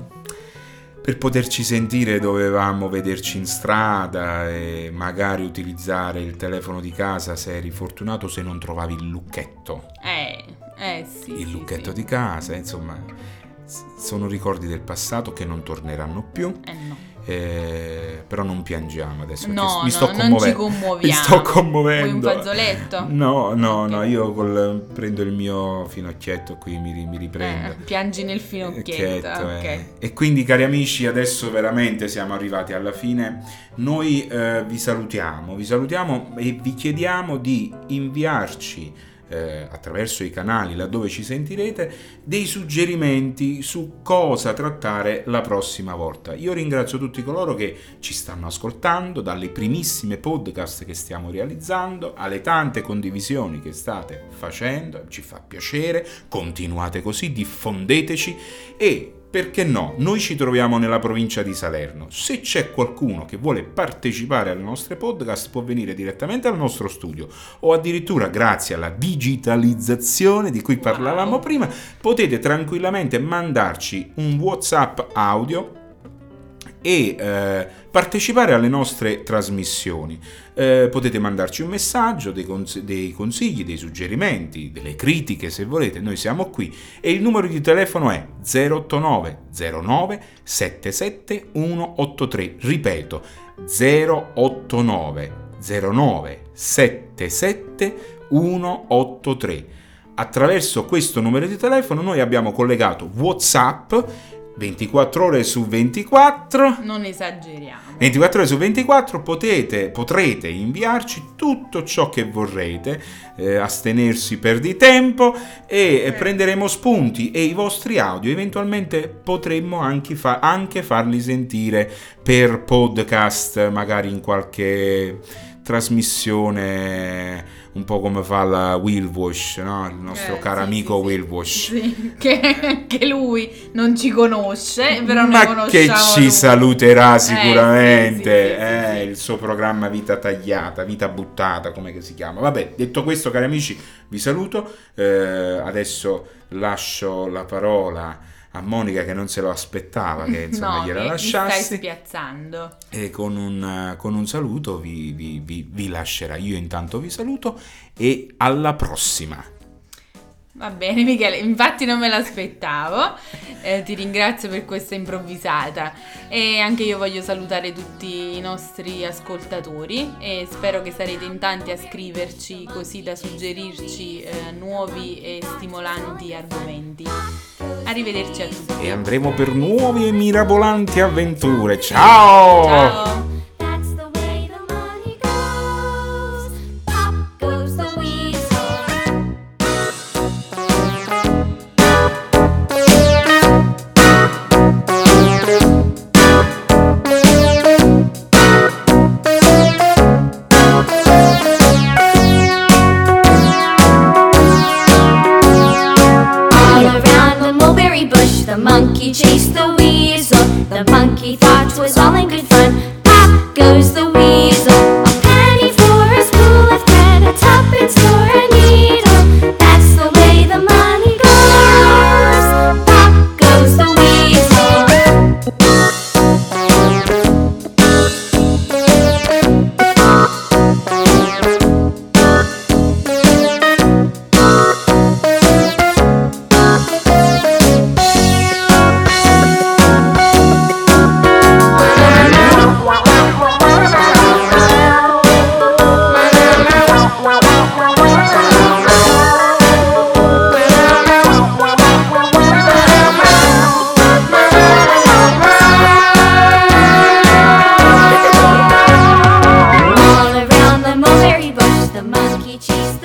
per poterci sentire dovevamo vederci in strada e magari utilizzare il telefono di casa se eri fortunato, se non trovavi il lucchetto. Eh, eh sì. il sì, lucchetto sì. di casa, insomma, s- sono ricordi del passato che non torneranno più. Eh no. Eh, però non piangiamo adesso perché No, mi sto no, non ci commuovendo. commuoviamo. Mi sto commuovendo. Vuoi un fazzoletto? No, no, Ok. no, io col, prendo il mio finocchietto qui, mi, ri- mi riprendo. Eh, piangi nel finocchietto. Chietto, Ok. eh. E quindi, cari amici, adesso veramente siamo arrivati alla fine. Noi eh, vi salutiamo, vi salutiamo e vi chiediamo di inviarci eh, attraverso i canali laddove ci sentirete dei suggerimenti su cosa trattare la prossima volta. Io ringrazio tutti coloro che ci stanno ascoltando, dalle primissime podcast che stiamo realizzando alle tante condivisioni che state facendo, ci fa piacere, continuate così, diffondeteci e perché no, noi ci troviamo nella provincia di Salerno. Se c'è qualcuno che vuole partecipare alle nostre podcast può venire direttamente al nostro studio o addirittura grazie alla digitalizzazione di cui parlavamo Wow. prima potete tranquillamente mandarci un WhatsApp audio e eh, partecipare alle nostre trasmissioni. Eh, potete mandarci un messaggio, dei, cons- dei consigli, dei suggerimenti, delle critiche se volete, noi siamo qui e il numero di telefono è zero otto nove zero nove sette sette uno otto tre, ripeto zero otto nove zero nove sette sette uno otto tre. Attraverso questo numero di telefono noi abbiamo collegato WhatsApp ventiquattro ore su ventiquattro. Non esageriamo. ventiquattro ore su ventiquattro potete, potrete inviarci tutto ciò che vorrete, eh, astenersi per di tempo e eh. prenderemo spunti e i vostri audio eventualmente potremmo anche, fa- anche farli sentire per podcast magari in qualche trasmissione un po' come fa la Will Wash, no? Il nostro Eh, caro sì, amico sì, Will sì. Wash. Sì, che, che lui non ci conosce, però noi Ma conosciamo che ci lui. saluterà Eh, sicuramente, sì, sì, sì, eh, sì, sì. il suo programma Vita Tagliata, Vita Buttata, come che si chiama. Vabbè, detto questo, cari amici, vi saluto. Eh, adesso lascio la parola a Monica, che non se lo aspettava che insomma No, gliela mi, mi stai lasciassi, spiazzando. e con un, con un saluto vi, vi, vi, vi lascerà. Io intanto vi saluto e alla prossima. Va bene Michele, infatti non me l'aspettavo, eh, ti ringrazio per questa improvvisata e anche io voglio salutare tutti i nostri ascoltatori e spero che sarete in tanti a scriverci così da suggerirci eh, nuovi e stimolanti argomenti. Arrivederci a tutti. E andremo per nuove e mirabolanti avventure. Ciao! Ciao! That's the way the money goes. Pop goes the weasel. All around the mulberry bush, the monkey chased the weasel. The monkey thought 'twas all in good fun. Pop goes the weasel. A penny for a spool of thread, a tuppence for a needle. That's the way the money goes. Pop goes the weasel. All around the mulberry bush, the monkey chased